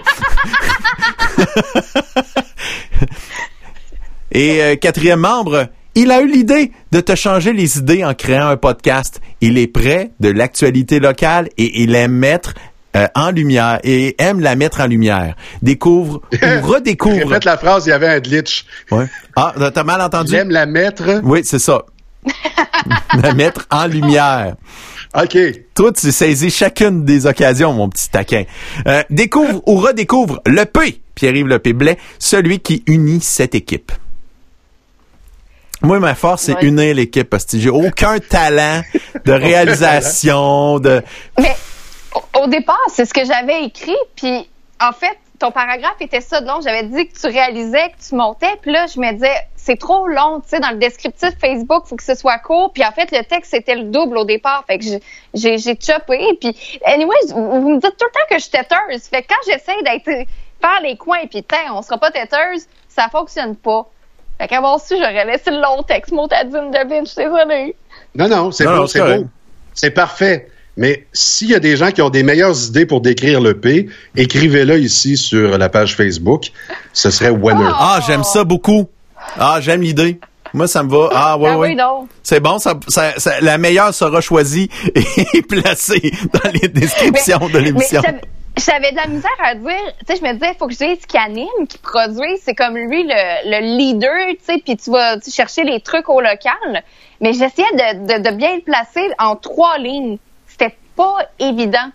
[SPEAKER 2] Et euh, quatrième membre, il a eu l'idée de te changer les idées en créant un podcast. Il est près de l'actualité locale et il aime mettre euh, en lumière et aime la mettre en lumière. Découvre ou redécouvre.
[SPEAKER 3] Répète la phrase, il y avait un glitch.
[SPEAKER 2] Ouais. Ah, t'as mal entendu?
[SPEAKER 3] Il aime la mettre.
[SPEAKER 2] Oui, c'est ça. La mettre en lumière.
[SPEAKER 3] OK.
[SPEAKER 2] Toi, tu saisis chacune des occasions, mon petit taquin. Euh, découvre ou redécouvre le P, Pierre-Yves Le P Blais, celui qui unit cette équipe. Moi, ma force, c'est
[SPEAKER 5] Ouais.
[SPEAKER 2] unir l'équipe, parce que j'ai aucun talent de réalisation, de...
[SPEAKER 5] Mais au, au départ, c'est ce que j'avais écrit, puis en fait, ton paragraphe était ça de long. J'avais dit que tu réalisais, que tu montais, puis là, je me disais, c'est trop long, tu sais, dans le descriptif Facebook, il faut que ce soit court, puis en fait, le texte, c'était le double au départ, fait que j'ai, j'ai, j'ai chopé, puis anyway, vous me dites tout le temps que je suis têteuse, fait que quand j'essaie d'être, faire les coins, puis tiens, on sera pas têteuse, ça fonctionne pas. Fait qu'avoir su, j'aurais laissé le long texte, Montadine de Vinci, je suis désolée.
[SPEAKER 3] Non, non, c'est
[SPEAKER 2] Non,
[SPEAKER 3] beau,
[SPEAKER 2] non,
[SPEAKER 3] c'est
[SPEAKER 2] c'est
[SPEAKER 3] beau. C'est parfait. Mais s'il y a des gens qui ont des meilleures idées pour décrire le P, écrivez-le ici sur la page Facebook. Ce serait winner.
[SPEAKER 2] Ah, j'aime ça beaucoup. Ah, j'aime l'idée. Moi, ça me va. Ah, ouais,
[SPEAKER 5] Ah
[SPEAKER 2] ouais.
[SPEAKER 5] oui, donc.
[SPEAKER 2] C'est bon, ça, ça, ça- la meilleure sera choisie et placée dans les descriptions de l'émission.
[SPEAKER 5] Mais j'avais- j'avais de la misère à dire, tu sais, je me disais, il faut que j'ai ce qui anime, qui produit, c'est comme lui le, le leader, tu sais, puis tu vas tu sais, chercher les trucs au local. Mais j'essayais de, de, de bien le placer en trois lignes. C'était pas évident.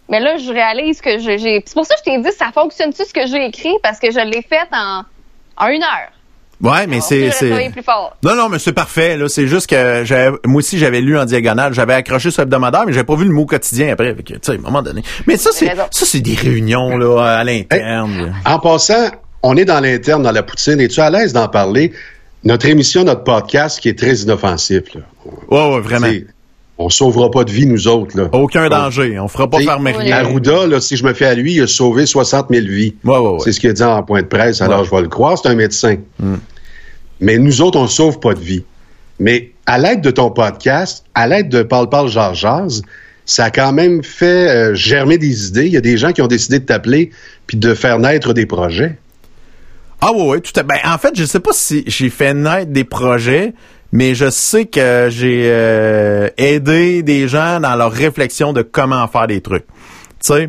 [SPEAKER 5] Mais là, je réalise que j'ai... j'ai... C'est pour ça que je t'ai dit, ça fonctionne-tu ce que j'ai écrit? Parce que je l'ai fait en, en une heure.
[SPEAKER 2] Ouais, mais c'est, c'est...
[SPEAKER 5] plus fort.
[SPEAKER 2] Non, non, mais c'est parfait, là. C'est juste que j'avais, moi aussi, j'avais lu en diagonale. J'avais accroché sur hebdomadaire, mais j'avais pas vu le mot quotidien après. Tu sais, à un moment donné. Mais ça, c'est, ça, c'est des réunions, là, à l'interne.
[SPEAKER 3] Hey, en passant, on est dans l'interne, dans la poutine. Es-tu à l'aise d'en parler? Notre émission, notre podcast, qui est très inoffensif, là.
[SPEAKER 2] Ouais, ouais, vraiment.
[SPEAKER 3] C'est, on sauvera pas de vie, nous autres, là.
[SPEAKER 2] Aucun danger. On fera pas fermer rien.
[SPEAKER 3] Arruda, là, si je me fie à lui, il a sauvé soixante mille vies.
[SPEAKER 2] Ouais, ouais, ouais.
[SPEAKER 3] C'est ce qu'il a dit en point de presse. Alors, ouais. Je vais le croire. C'est un médecin. Mm. Mais nous autres, on sauve pas de vie. Mais à l'aide de ton podcast, à l'aide de Parle, Parle, Jase, Jase, ça a quand même fait euh, germer des idées. Il y a des gens qui ont décidé de t'appeler puis de faire naître des projets.
[SPEAKER 2] Ah oui, oui, tout à fait. Ben, en fait, je sais pas si j'ai fait naître des projets, mais je sais que j'ai euh, aidé des gens dans leur réflexion de comment faire des trucs. Tu sais,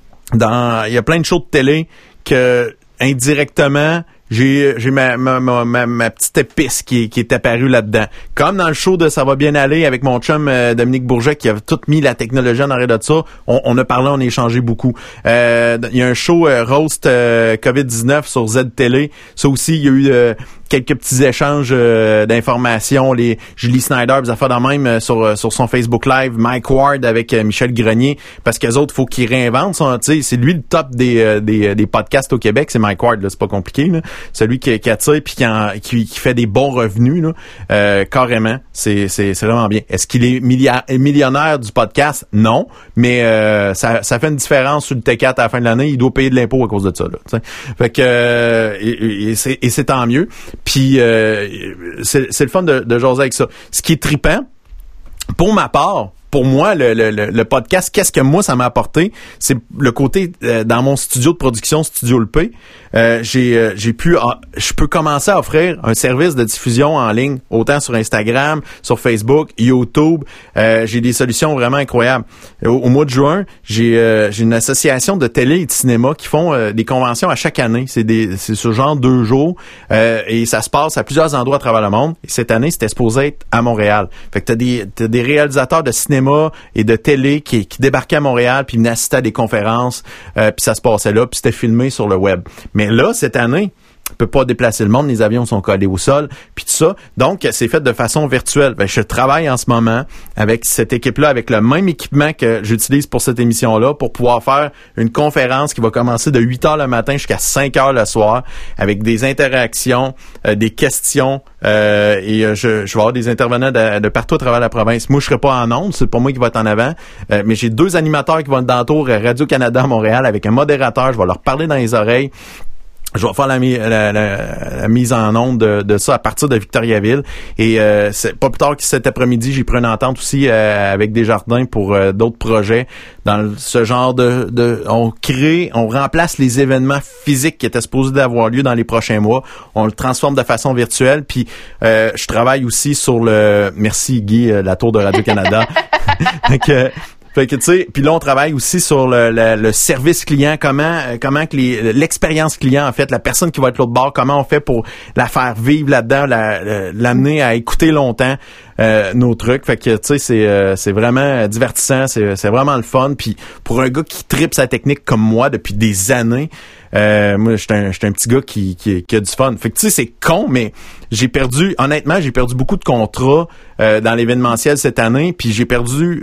[SPEAKER 2] dans il y a plein de shows de télé que indirectement j'ai j'ai ma ma ma, ma, ma petite épice qui, qui est apparue là-dedans. Comme dans le show de Ça va bien aller avec mon chum euh, Dominique Bourget qui avait tout mis la technologie en arrière de ça. On, on a parlé, on a échangé beaucoup. Euh, il y a un show euh, Roast euh, covid dix-neuf sur Z Télé. Ça aussi, il y a eu euh, quelques petits échanges euh, d'informations. Les Julie Snyder, des affaires de même euh, sur euh, sur son Facebook Live. Mike Ward avec euh, Michel Grenier. Parce qu'eux autres, faut qu'ils réinventent. Son, c'est lui le top des, euh, des des podcasts au Québec. C'est Mike Ward, là, c'est pas compliqué, là. Celui qui, qui attire puis qui, en, qui, qui fait des bons revenus, là, euh, carrément, c'est, c'est, c'est vraiment bien. Est-ce qu'il est milliard, millionnaire du podcast? Non, mais euh, ça, ça fait une différence sur le T quatre à la fin de l'année. Il doit payer de l'impôt à cause de ça. Là, t'sais. Fait que euh, et, et, c'est, et c'est tant mieux. Puis euh, c'est, c'est le fun de, de jaser avec ça. Ce qui est trippant, pour ma part, pour moi, le, le, le podcast, qu'est-ce que moi ça m'a apporté, c'est le côté euh, dans mon studio de production, Studio Le P, euh, j'ai euh, j'ai pu, euh, je peux commencer à offrir un service de diffusion en ligne, autant sur Instagram, sur Facebook, YouTube. Euh, j'ai des solutions vraiment incroyables. Au, au mois de juin, j'ai euh, j'ai une association de télé et de cinéma qui font euh, des conventions à chaque année. C'est des c'est ce genre deux jours euh, et ça se passe à plusieurs endroits à travers le monde. Et cette année, c'était supposé être à Montréal. Fait que t'as des t'as des réalisateurs de cinéma et de télé qui, qui débarquaient à Montréal puis venaient assister à des conférences euh, puis ça se passait là puis c'était filmé sur le web. Mais là, cette année, on peut pas déplacer le monde, les avions sont collés au sol, puis tout ça. Donc, c'est fait de façon virtuelle. Ben, je travaille en ce moment avec cette équipe-là, avec le même équipement que j'utilise pour cette émission-là, pour pouvoir faire une conférence qui va commencer de huit heures le matin jusqu'à cinq heures le soir, avec des interactions, euh, des questions, euh, et euh, je, je vais avoir des intervenants de, de partout à travers la province. Moi, je serai pas en ondes, c'est pas moi qui va être en avant, euh, mais j'ai deux animateurs qui vont être dans le tour Radio-Canada à Montréal avec un modérateur. Je vais leur parler dans les oreilles. Je vais faire la, la, la, la mise en onde de, de ça à partir de Victoriaville. Et euh, c'est pas plus tard que cet après-midi, j'ai pris une entente aussi euh, avec Desjardins pour euh, d'autres projets dans ce genre de, de... On crée, on remplace les événements physiques qui étaient supposés d'avoir lieu dans les prochains mois. On le transforme de façon virtuelle. Puis euh, je travaille aussi sur le... Merci Guy, la tour de Radio-Canada. Donc, euh, fait que tu sais, puis là on travaille aussi sur le, le, le service client, comment comment que les, l'expérience client en fait, la personne qui va être l'autre bord, comment on fait pour la faire vivre là-dedans, la, l'amener à écouter longtemps euh, nos trucs. Fait que tu sais c'est euh, c'est vraiment divertissant, c'est c'est vraiment le fun. Puis pour un gars qui tripe sa technique comme moi depuis des années, euh, moi j'étais un, j'étais un petit gars qui, qui qui a du fun. Fait que tu sais c'est con, mais j'ai perdu honnêtement j'ai perdu beaucoup de contrats euh, dans l'événementiel cette année, puis j'ai perdu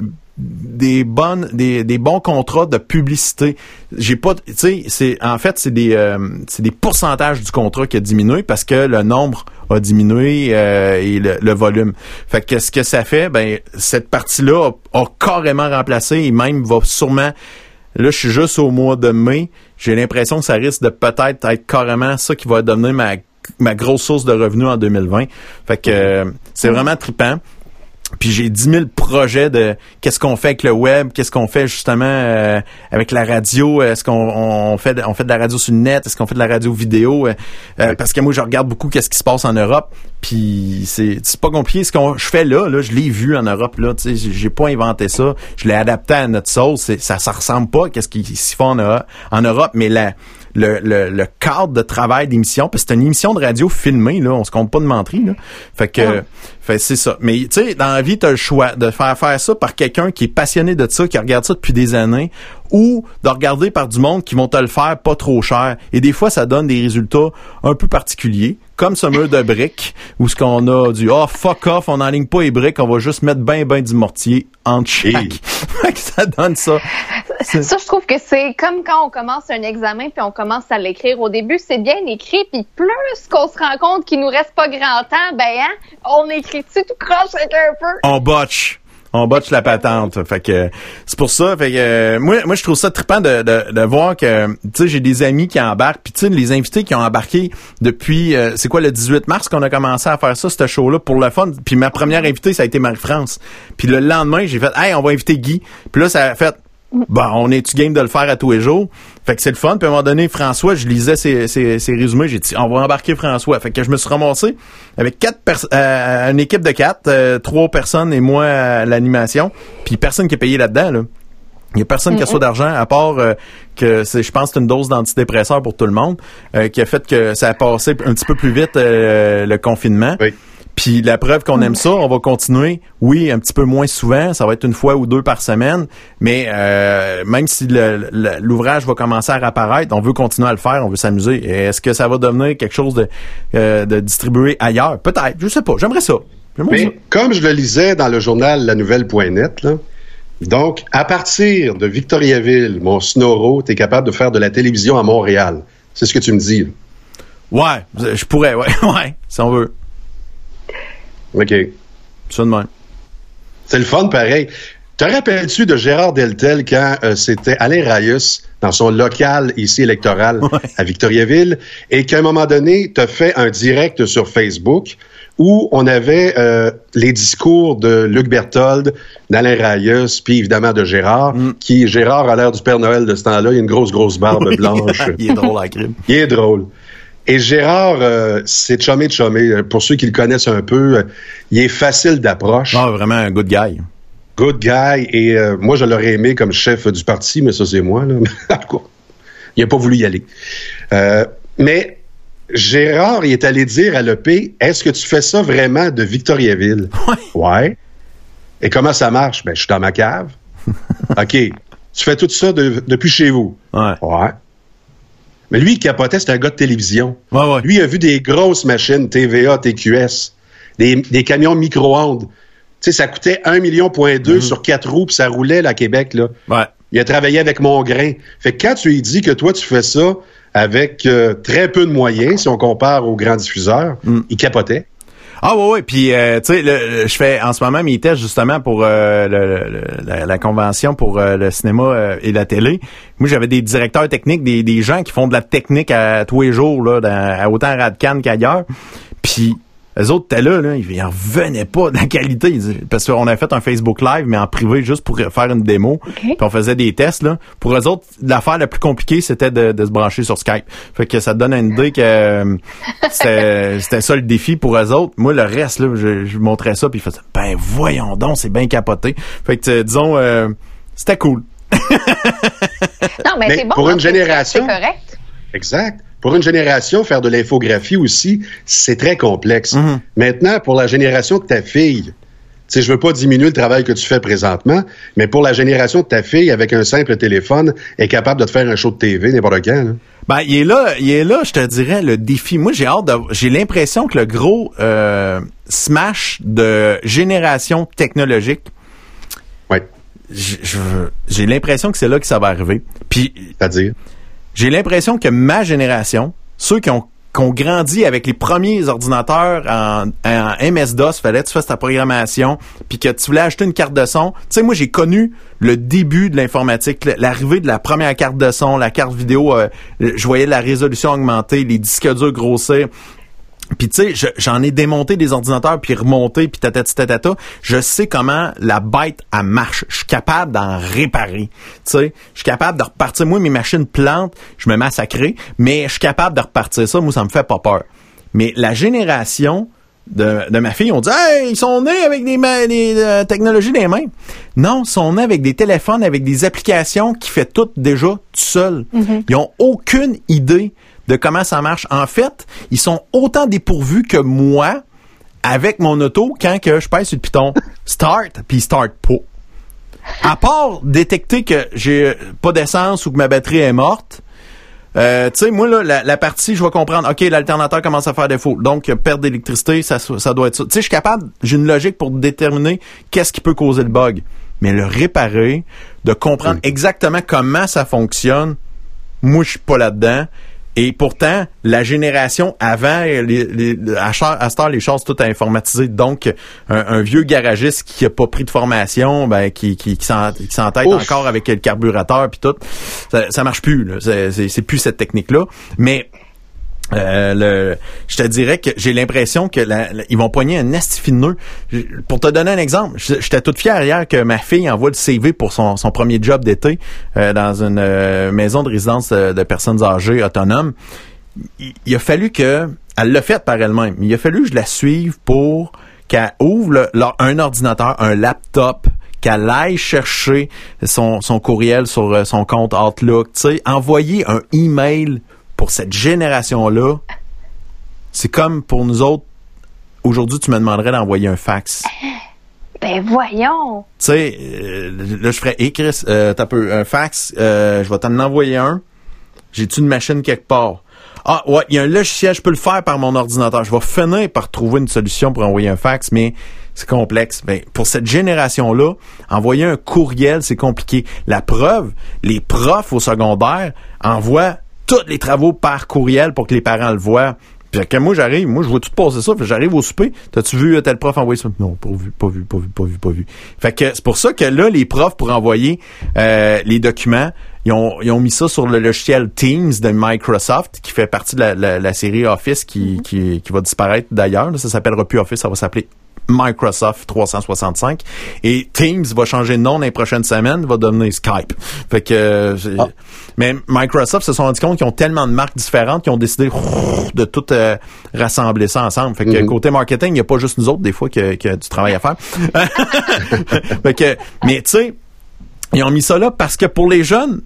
[SPEAKER 2] des bonnes des des bons contrats de publicité. J'ai pas tu sais c'est en fait c'est des euh, c'est des pourcentages du contrat qui a diminué parce que le nombre a diminué euh, et le, le volume. Fait que ce que ça fait, ben cette partie-là a, a carrément remplacé et même va sûrement. Là, je suis juste au mois de mai. J'ai l'impression que ça risque de peut-être être carrément ça qui va devenir ma ma grosse source de revenus en deux mille vingt. Fait que euh, c'est vraiment trippant. Puis j'ai dix mille projets de qu'est-ce qu'on fait avec le web, qu'est-ce qu'on fait justement euh, avec la radio, est-ce qu'on on fait on fait de la radio sur le net, est-ce qu'on fait de la radio vidéo, euh, euh, parce que moi je regarde beaucoup qu'est-ce qui se passe en Europe, puis c'est c'est pas compliqué ce qu'on je fais là là, je l'ai vu en Europe là, tu sais, j'ai pas inventé ça, je l'ai adapté à notre sauce, c'est, ça ça ressemble pas à qu'est-ce qui s'y fait en, en Europe, mais la le, le, le cadre de travail d'émission, parce que c'est une émission de radio filmée, là, on se compte pas de menterie, là. Fait que, ouais. fait, c'est ça. Mais, tu sais, dans la vie, t'as le choix de faire faire ça par quelqu'un qui est passionné de ça, qui regarde ça depuis des années, ou de regarder par du monde qui vont te le faire pas trop cher. Et des fois, ça donne des résultats un peu particuliers, comme ce mur de briques, où ce qu'on a du « Ah, oh, fuck off, on n'enligne pas les briques, on va juste mettre ben ben du mortier entre chaque. » Ça donne ça.
[SPEAKER 5] C'est... Ça, je trouve que c'est comme quand on commence un examen puis on commence à l'écrire. Au début, c'est bien écrit, puis plus qu'on se rend compte qu'il nous reste pas grand temps, ben hein, on écrit-tu tout croche avec un peu.
[SPEAKER 2] On botche. On botche la patente. Fait que c'est pour ça. Fait que euh, moi, moi je trouve ça trippant de, de, de voir que tu sais j'ai des amis qui embarquent. Puis tu sais les invités qui ont embarqué depuis euh, c'est quoi le dix-huit mars qu'on a commencé à faire ça, ce show-là pour le fun. Puis ma première invitée ça a été Marie-France. Puis le lendemain j'ai fait hey on va inviter Guy. Puis là ça a fait bon, on est-tu game de le faire à tous les jours? Fait que c'est le fun. Puis à un moment donné, François, je lisais ses, ses, ses résumés, j'ai dit, on va embarquer François. Fait que je me suis ramassé avec quatre pers- euh, une équipe de quatre, euh, trois personnes et moi à l'animation. Puis personne qui a payé là-dedans, là. Il y a personne mm-hmm. qui a ça d'argent, à part euh, que c'est, je pense, que c'est une dose d'antidépresseur pour tout le monde, euh, qui a fait que ça a passé un petit peu plus vite euh, le confinement. Oui. Puis la preuve qu'on aime ça, on va continuer. Oui, un petit peu moins souvent, ça va être une fois ou deux par semaine, mais euh, même si le, le, l'ouvrage va commencer à réapparaître, on veut continuer à le faire, on veut s'amuser. Et est-ce que ça va devenir quelque chose de, euh, de distribué ailleurs? Peut-être, je sais pas. J'aimerais ça. J'aimerais
[SPEAKER 3] mais
[SPEAKER 2] ça.
[SPEAKER 3] Comme je le lisais dans le journal La Nouvelle point net, là, donc à partir de Victoriaville, mon Snoro, t'es capable de faire de la télévision à Montréal. C'est ce que tu me dis. Là.
[SPEAKER 2] Ouais, je pourrais, ouais, ouais, si on veut.
[SPEAKER 3] OK.
[SPEAKER 2] Ça de même.
[SPEAKER 3] C'est le fun, pareil. Te rappelles-tu de Gérard Deltel quand euh, c'était Alain Raius dans son local ici électoral ouais. à Victoriaville et qu'à un moment donné, t'as fait un direct sur Facebook où on avait euh, les discours de Luc Berthold, d'Alain Raius, puis évidemment de Gérard, mm. qui, Gérard a l'air du Père Noël de ce temps-là, il a une grosse, grosse barbe
[SPEAKER 2] oui.
[SPEAKER 3] blanche.
[SPEAKER 2] Il est drôle à crime.
[SPEAKER 3] Il est drôle. Et Gérard, euh, c'est chumé de chumé. Pour ceux qui le connaissent un peu, euh, il est facile d'approche.
[SPEAKER 2] Ah, vraiment un good guy.
[SPEAKER 3] Good guy. Et euh, moi, je l'aurais aimé comme chef du parti, mais ça, c'est moi. Là. En tout cas, il n'a pas voulu y aller. Euh, mais Gérard, il est allé dire à l'E P, est-ce que tu fais ça vraiment de Victoriaville?
[SPEAKER 2] Oui.
[SPEAKER 3] Ouais. Et comment ça marche? Ben, je suis dans ma cave. OK. Tu fais tout ça de, depuis chez vous?
[SPEAKER 2] Ouais.
[SPEAKER 3] Ouais. Mais lui, il capotait, c'était un gars de télévision.
[SPEAKER 2] Ouais, ouais.
[SPEAKER 3] Lui, il a vu des grosses machines T V A, T Q S, des, des camions micro-ondes. Tu sais, ça coûtait un million point deux mm-hmm. sur quatre roues, puis ça roulait là, à Québec. Là.
[SPEAKER 2] Ouais.
[SPEAKER 3] Il a travaillé avec Mongrain. Fait que quand tu lui dis que toi, tu fais ça avec euh, très peu de moyens, si on compare aux grands diffuseurs, mm. il capotait.
[SPEAKER 2] Ah ouais, ouais. Puis euh, tu sais, je fais en ce moment mes tests justement pour euh, le, le, la, la convention pour euh, le cinéma euh, et la télé. Moi, j'avais des directeurs techniques, des, des gens qui font de la technique à tous les jours là, dans, à autant à Radcan qu'ailleurs. Puis eux autres étaient là, là, ils en revenaient pas de la qualité. Parce qu'on a fait un Facebook Live, mais en privé, juste pour faire une démo. Okay. Puis on faisait des tests. Là. Pour eux autres, l'affaire la plus compliquée, c'était de, de se brancher sur Skype. Fait que ça te donne une idée que euh, c'était, c'était ça le défi pour eux autres. Moi, le reste, là, je, je montrais ça, puis ils faisaient « Ben voyons donc, c'est bien capoté. » Fait que disons, euh, c'était cool.
[SPEAKER 5] Non, mais, mais c'est bon.
[SPEAKER 3] Pour une génération.
[SPEAKER 5] C'est correct.
[SPEAKER 3] Exact. Pour une génération, faire de l'infographie aussi, c'est très complexe. Mm-hmm. Maintenant, pour la génération de ta fille, tu sais, je veux pas diminuer le travail que tu fais présentement, mais pour la génération de ta fille, avec un simple téléphone, est capable de te faire un show de T V n'importe quand. Là.
[SPEAKER 2] Ben, il est là, il est là, je te dirais, le défi. Moi, j'ai hâte de, j'ai l'impression que le gros euh, smash de génération technologique,
[SPEAKER 3] ouais.
[SPEAKER 2] je, je, j'ai l'impression que c'est là que ça va arriver. Puis,
[SPEAKER 3] c'est-à-dire?
[SPEAKER 2] J'ai l'impression que ma génération, ceux qui ont, qui ont grandi avec les premiers ordinateurs en, en M S DOS, fallait que tu fasses ta programmation, puis que tu voulais acheter une carte de son. Tu sais, moi, j'ai connu le début de l'informatique, l'arrivée de la première carte de son, la carte vidéo, euh, je voyais la résolution augmenter, les disques durs grossir. Puis tu sais, je, j'en ai démonté des ordinateurs puis remonté puis tatati tatata. Je sais comment la bête elle marche. Je suis capable d'en réparer. Tu sais, je suis capable de repartir. Moi, mes machines plantent, je me massacre, mais je suis capable de repartir ça. Moi, ça me fait pas peur. Mais la génération de, de ma fille ont dit « Hey, ils sont nés avec des, ma- des euh, technologies des mains. » Non, ils sont nés avec des téléphones, avec des applications qui fait tout déjà tout seul. Mm-hmm. Ils ont aucune idée de comment ça marche. En fait, ils sont autant dépourvus que moi avec mon auto quand que je pèse sur le piton « Start » puis « Start pas ». À part détecter que j'ai pas d'essence ou que ma batterie est morte, euh, tu sais, moi, là, la, la partie, je vais comprendre, OK, l'alternateur commence à faire défaut. Donc, perte d'électricité, ça, ça doit être ça. Tu sais, je suis capable, j'ai une logique pour déterminer qu'est-ce qui peut causer le bug. Mais le réparer, de comprendre oui. exactement comment ça fonctionne, moi, je suis pas là-dedans. Et pourtant, la génération avant, les, les, à, à cette heure, les choses tout informatisées. Donc, un, un vieux garagiste qui a pas pris de formation, ben qui qui, qui, s'en, qui s'entête Ouf. encore avec le carburateur puis tout, ça, ça marche plus. Là. C'est, c'est, c'est plus cette technique-là. Mais euh, le, je te dirais que j'ai l'impression que la, la, ils vont pogner un esti de nœud. Pour te donner un exemple, j'étais toute fière hier que ma fille envoie le C V pour son, son premier job d'été euh, dans une euh, maison de résidence de, de personnes âgées autonomes. Il, il a fallu que, elle l'a fait par elle-même, mais il a fallu que je la suive pour qu'elle ouvre le, leur, un ordinateur, un laptop, qu'elle aille chercher son, son courriel sur son compte Outlook, tu sais, envoyer un email. Pour cette génération-là, c'est comme pour nous autres, aujourd'hui, tu me demanderais d'envoyer un fax.
[SPEAKER 5] Ben voyons!
[SPEAKER 2] Tu sais, euh, là, je ferais, hey Chris, euh, t'as peu un fax, euh, je vais t'en envoyer un. J'ai-tu une machine quelque part? Ah, ouais, il y a un logiciel, je peux le faire par mon ordinateur. Je vais finir par trouver une solution pour envoyer un fax, mais c'est complexe. Ben, pour cette génération-là, envoyer un courriel, c'est compliqué. La preuve, les profs au secondaire envoient tous les travaux par courriel pour que les parents le voient. Puis quand moi j'arrive, moi je vois tout passer ça, puis j'arrive au souper, t'as-tu vu tel prof envoyer ça? Non, pas vu, pas vu, pas vu, pas vu, pas vu. Fait que c'est pour ça que là, les profs pour envoyer euh, les documents, ils ont, ils ont mis ça sur le logiciel Teams de Microsoft, qui fait partie de la, la, la série Office qui, mm-hmm. qui, qui va disparaître d'ailleurs. Ça s'appellera plus Office, ça va s'appeler Microsoft trois cent soixante-cinq. Et Teams va changer de nom dans les prochaines semaines, va devenir Skype. Fait que euh, ah. Mais Microsoft se sont rendus compte qu'ils ont tellement de marques différentes qu'ils ont décidé de tout euh, rassembler ça ensemble. Fait que mm-hmm. côté marketing, il n'y a pas juste nous autres des fois que, que du travail à faire. Fait que, mais tu sais, ils ont mis ça là parce que pour les jeunes,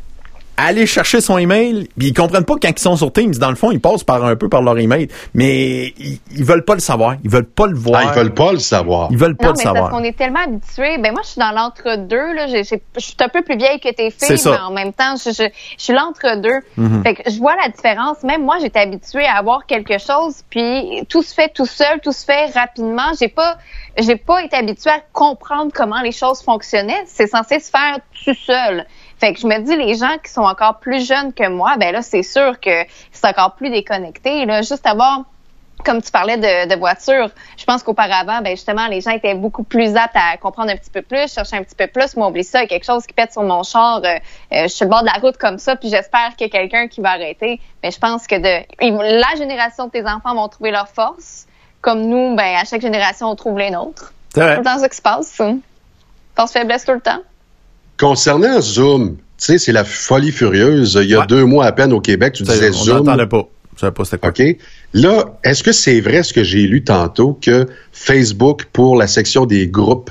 [SPEAKER 2] aller chercher son email, puis ils comprennent pas quand ils sont sur Teams. Dans le fond, ils passent par un peu par leur email, mais ils, ils veulent pas le savoir, ils veulent pas le voir.
[SPEAKER 3] Ah, ils veulent pas le savoir.
[SPEAKER 2] Ils veulent pas
[SPEAKER 5] non,
[SPEAKER 2] le
[SPEAKER 5] mais
[SPEAKER 2] savoir.
[SPEAKER 5] Parce qu'on est tellement habitués. Ben moi, je suis dans l'entre-deux. Là, j'ai, j'ai, je suis un peu plus vieille que tes filles, mais en même temps, je, je, je suis l'entre-deux. Mm-hmm. Fait que je vois la différence. Même moi, j'étais habituée à avoir quelque chose, puis tout se fait tout seul, tout se fait rapidement. J'ai pas, j'ai pas été habituée à comprendre comment les choses fonctionnaient. C'est censé se faire tout seul. Fait que je me dis, les gens qui sont encore plus jeunes que moi, ben là, c'est sûr que c'est encore plus déconnecté. Là, juste avoir, comme tu parlais de, de voiture, je pense qu'auparavant, ben justement, les gens étaient beaucoup plus aptes à comprendre un petit peu plus, chercher un petit peu plus. Moi, oublie ça, il y a quelque chose qui pète sur mon char, euh, euh, je suis sur le bord de la route comme ça, puis j'espère qu'il y a quelqu'un qui va arrêter. Mais je pense que de la génération de tes enfants vont trouver leur force. Comme nous, ben à chaque génération, on trouve les nôtres.
[SPEAKER 2] C'est vrai.
[SPEAKER 5] C'est tout le temps ça qui se passe. Force faiblesse tout le temps.
[SPEAKER 3] Concernant Zoom, tu sais, c'est la folie furieuse. Il y a ouais. deux mois à peine au Québec, tu
[SPEAKER 2] c'est,
[SPEAKER 3] disais
[SPEAKER 2] on
[SPEAKER 3] Zoom.
[SPEAKER 2] On n'entendait pas. Je savais pas c'était quoi.
[SPEAKER 3] OK. Là, est-ce que c'est vrai ce que j'ai lu tantôt que Facebook, pour la section des groupes,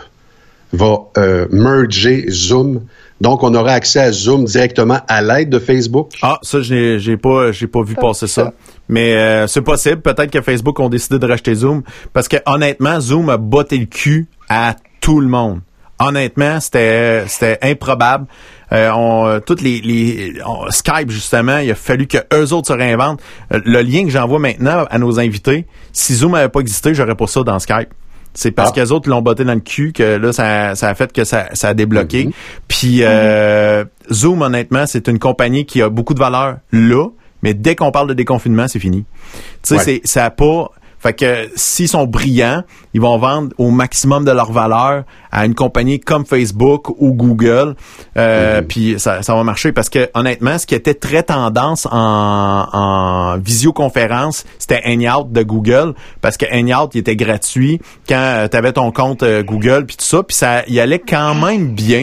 [SPEAKER 3] va euh, merger Zoom? Donc, on aura accès à Zoom directement à l'aide de Facebook?
[SPEAKER 2] Ah, ça, j'ai, j'ai pas, j'ai pas vu pas passer ça. ça. Mais euh, c'est possible. Peut-être que Facebook ont décidé de racheter Zoom. Parce que honnêtement, Zoom a botté le cul à tout le monde. Honnêtement, c'était c'était improbable. Euh, on, toutes les, les on, Skype justement, il a fallu que eux autres se réinventent. Euh, le lien que j'envoie maintenant à nos invités, si Zoom n'avait pas existé, j'aurais pas ça dans Skype. C'est parce ah. qu'eux autres l'ont botté dans le cul que là, ça, ça a fait que ça, ça a débloqué. Mm-hmm. Puis euh, mm-hmm. Zoom, honnêtement, c'est une compagnie qui a beaucoup de valeur là, mais dès qu'on parle de déconfinement, c'est fini. Tu sais, ouais. c'est ça a pas. Fait que s'ils sont brillants, ils vont vendre au maximum de leur valeur à une compagnie comme Facebook ou Google. Euh, mm-hmm. Puis ça, ça va marcher parce que honnêtement, ce qui était très tendance en, en visioconférence, c'était Hangout de Google parce que Hangout, il était gratuit quand tu avais ton compte euh, Google puis tout ça. Puis ça y allait quand même bien.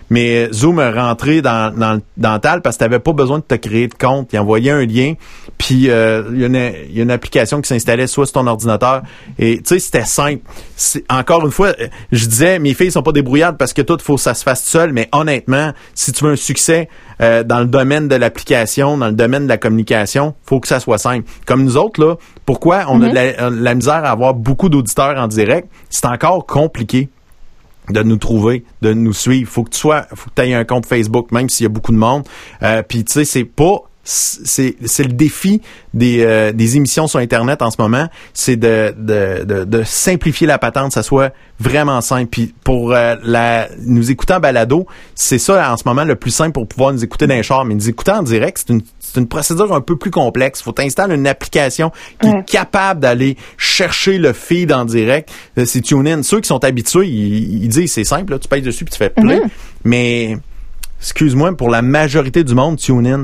[SPEAKER 2] mais Zoom est rentré dans, dans, dans le tal parce que t'avais pas besoin de te créer de compte. Il envoyait un lien, puis euh, il y a une, il y a une application qui s'installait soit sur ton ordinateur, et tu sais, c'était simple. C'est, encore une fois, je disais, mes filles sont pas débrouillardes parce que tout, faut que ça se fasse seul, mais honnêtement, si tu veux un succès euh, dans le domaine de l'application, dans le domaine de la communication, faut que ça soit simple. Comme nous autres, là, pourquoi on mm-hmm. a de la, la misère à avoir beaucoup d'auditeurs en direct? C'est encore compliqué de nous trouver, de nous suivre. Faut que tu sois, faut que tu aies un compte Facebook, même s'il y a beaucoup de monde. Euh, puis tu sais, c'est pas, c'est, c'est le défi des, euh, des émissions sur Internet en ce moment, c'est de, de, de, de simplifier la patente, ça soit vraiment simple. Puis pour euh, la, nous écouter en balado, c'est ça en ce moment le plus simple pour pouvoir nous écouter dans les chars. Mais nous écouter en direct, c'est une, c'est une procédure un peu plus complexe. Faut t'installer une application qui ouais. est capable d'aller chercher le feed en direct. Euh, c'est TuneIn. Ceux qui sont habitués, ils, ils disent c'est simple, là, tu pèses dessus puis tu fais play. Mm-hmm. Mais excuse-moi, pour la majorité du monde, TuneIn,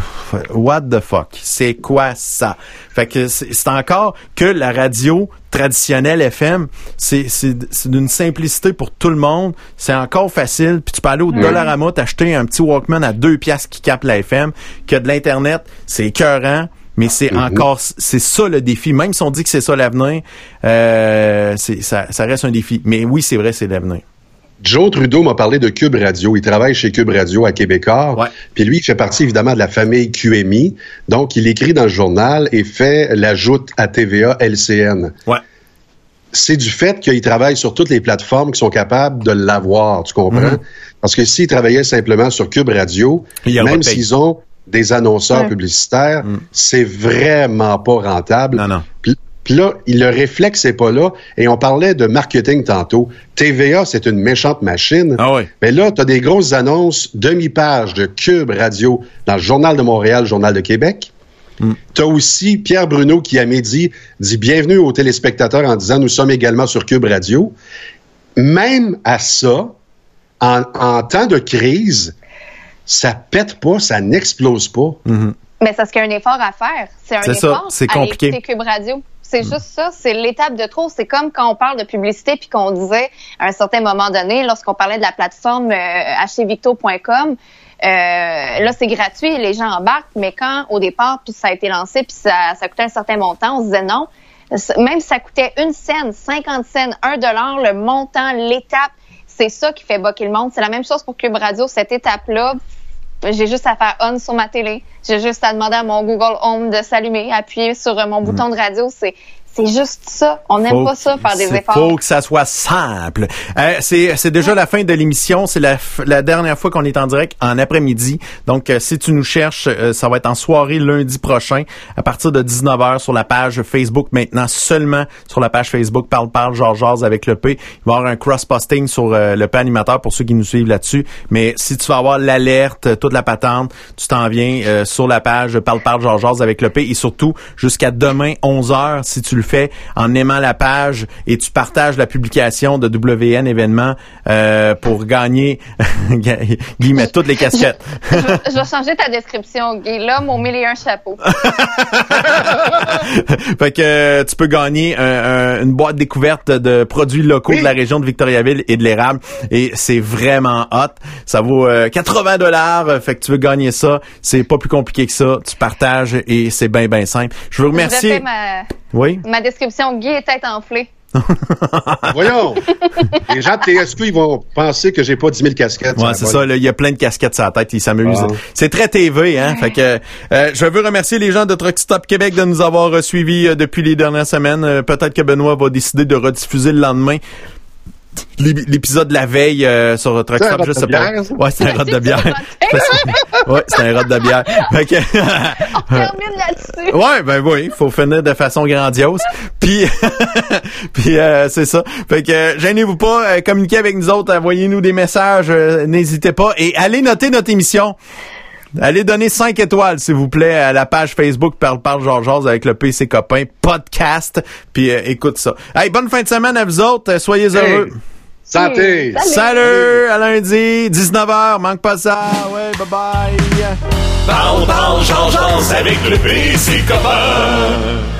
[SPEAKER 2] what the fuck? C'est quoi ça? Fait que c'est, c'est encore que la radio traditionnelle F M, c'est, c'est, c'est d'une simplicité pour tout le monde. C'est encore facile. Puis tu peux aller au mmh. Dollarama t'acheter un petit Walkman à deux piastres qui capte la F M, que de l'Internet, c'est écœurant. Mais c'est mmh. encore, c'est ça le défi. Même si on dit que c'est ça l'avenir, euh, c'est, ça, ça reste un défi. Mais oui, c'est vrai, c'est l'avenir.
[SPEAKER 3] Joe Trudeau m'a parlé de Cube Radio. Il travaille chez Cube Radio à Québécois. Ouais. Puis lui, il fait partie évidemment de la famille Q M I. Donc, il écrit dans le journal et fait l'ajout à T V A L C N. Ouais. C'est du fait qu'il travaille sur toutes les plateformes qui sont capables de l'avoir, tu comprends? Mm-hmm. Parce que s'il travaillait simplement sur Cube Radio, même s'ils ont des annonceurs ouais. publicitaires, mm. c'est vraiment pas rentable. Non, non. Puis, Puis là, le réflexe n'est pas là. Et on parlait de marketing tantôt. T V A, c'est une méchante machine. Ah oui. Mais là, tu as des grosses annonces, demi-page de Cube Radio dans le Journal de Montréal, le Journal de Québec. Mm. Tu as aussi Pierre Bruno qui, à midi, dit « Bienvenue aux téléspectateurs » en disant « Nous sommes également sur Cube Radio ». Même à ça, en, en temps de crise, ça pète pas, ça n'explose pas.
[SPEAKER 5] Mm-hmm. Mais c'est parce qu'il y a un effort à faire. C'est un
[SPEAKER 2] c'est
[SPEAKER 5] effort
[SPEAKER 2] ça, c'est compliqué.
[SPEAKER 5] À écouter Cube Radio. C'est mmh. juste ça, c'est l'étape de trop. C'est comme quand on parle de publicité puis qu'on disait à un certain moment donné, lorsqu'on parlait de la plateforme euh, acheter victo point com, euh, là c'est gratuit, les gens embarquent, mais quand au départ puis ça a été lancé puis ça, ça coûtait un certain montant, on se disait non. Même si ça coûtait une scène, cinquante cents, un dollar, le montant, l'étape, c'est ça qui fait boquer le monde. C'est la même chose pour Cube Radio, cette étape-là. J'ai juste à faire on sur ma télé. J'ai juste à demander à mon Google Home de s'allumer, appuyer sur mon bouton de radio. C'est C'est juste ça. On n'aime pas ça, faire des efforts.
[SPEAKER 2] Faut que ça soit simple. Euh, c'est, c'est déjà la fin de l'émission. C'est la, la dernière fois qu'on est en direct en après-midi. Donc, euh, si tu nous cherches, euh, ça va être en soirée lundi prochain à partir de dix-neuf heures sur la page Facebook maintenant. Seulement sur la page Facebook Parle Parle Georges Jase avec le P. Il va y avoir un cross-posting sur euh, le P animateur pour ceux qui nous suivent là-dessus. Mais si tu vas avoir l'alerte, toute la patente, tu t'en viens euh, sur la page Parle Parle Georges Jase avec le P. Et surtout, jusqu'à demain onze heures, si tu le fait en aimant la page et tu partages la publication de W N événements euh, pour gagner Guy met toutes les casquettes.
[SPEAKER 5] je, je, je vais changer ta description, Guy. Là, mon mille et un chapeaux.
[SPEAKER 2] Fait que euh, tu peux gagner un, un, une boîte découverte de produits locaux oui. de la région de Victoriaville et de l'érable et c'est vraiment hot. Ça vaut euh, quatre-vingts dollars. Fait que tu veux gagner ça, c'est pas plus compliqué que ça. Tu partages et c'est bien bien simple. Je veux remercier.
[SPEAKER 5] Je ma...
[SPEAKER 2] Oui.
[SPEAKER 5] Ma description, Guy est tête enflée.
[SPEAKER 3] Voyons! Les gens de T S Q, ils vont penser que j'ai pas dix mille casquettes.
[SPEAKER 2] Ouais, c'est ça. Il y a plein de casquettes sur la tête. Ils s'amusent. Wow. C'est très T V, hein? Fait que euh, je veux remercier les gens de Truck Stop Québec de nous avoir euh, suivis euh, depuis les dernières semaines. Euh, peut-être que Benoît va décider de rediffuser le lendemain l'épisode de la veille euh, sur Truck Stop, je sais pas. Ouais, c'est un rod de bière. Ouais, c'est un rod de bière. Fait que,
[SPEAKER 5] on termine là-dessus.
[SPEAKER 2] Ouais, ben oui, il faut finir de façon grandiose. Puis, puis euh, c'est ça. Fait que euh, gênez-vous pas, euh, communiquez avec nous autres, envoyez-nous des messages, euh, n'hésitez pas et allez noter notre émission. Allez donner cinq étoiles, s'il vous plaît, à la page Facebook Parle Parle Georges Jase avec le P C Copain podcast. Puis euh, écoute ça. Hey, bonne fin de semaine à vous autres. Soyez hey. heureux.
[SPEAKER 3] Santé.
[SPEAKER 5] Salut.
[SPEAKER 2] Salut. À lundi, dix-neuf heures. Manque pas ça. Ouais, bye bye.
[SPEAKER 1] Parle Parle Georges Jase avec le P C Copain.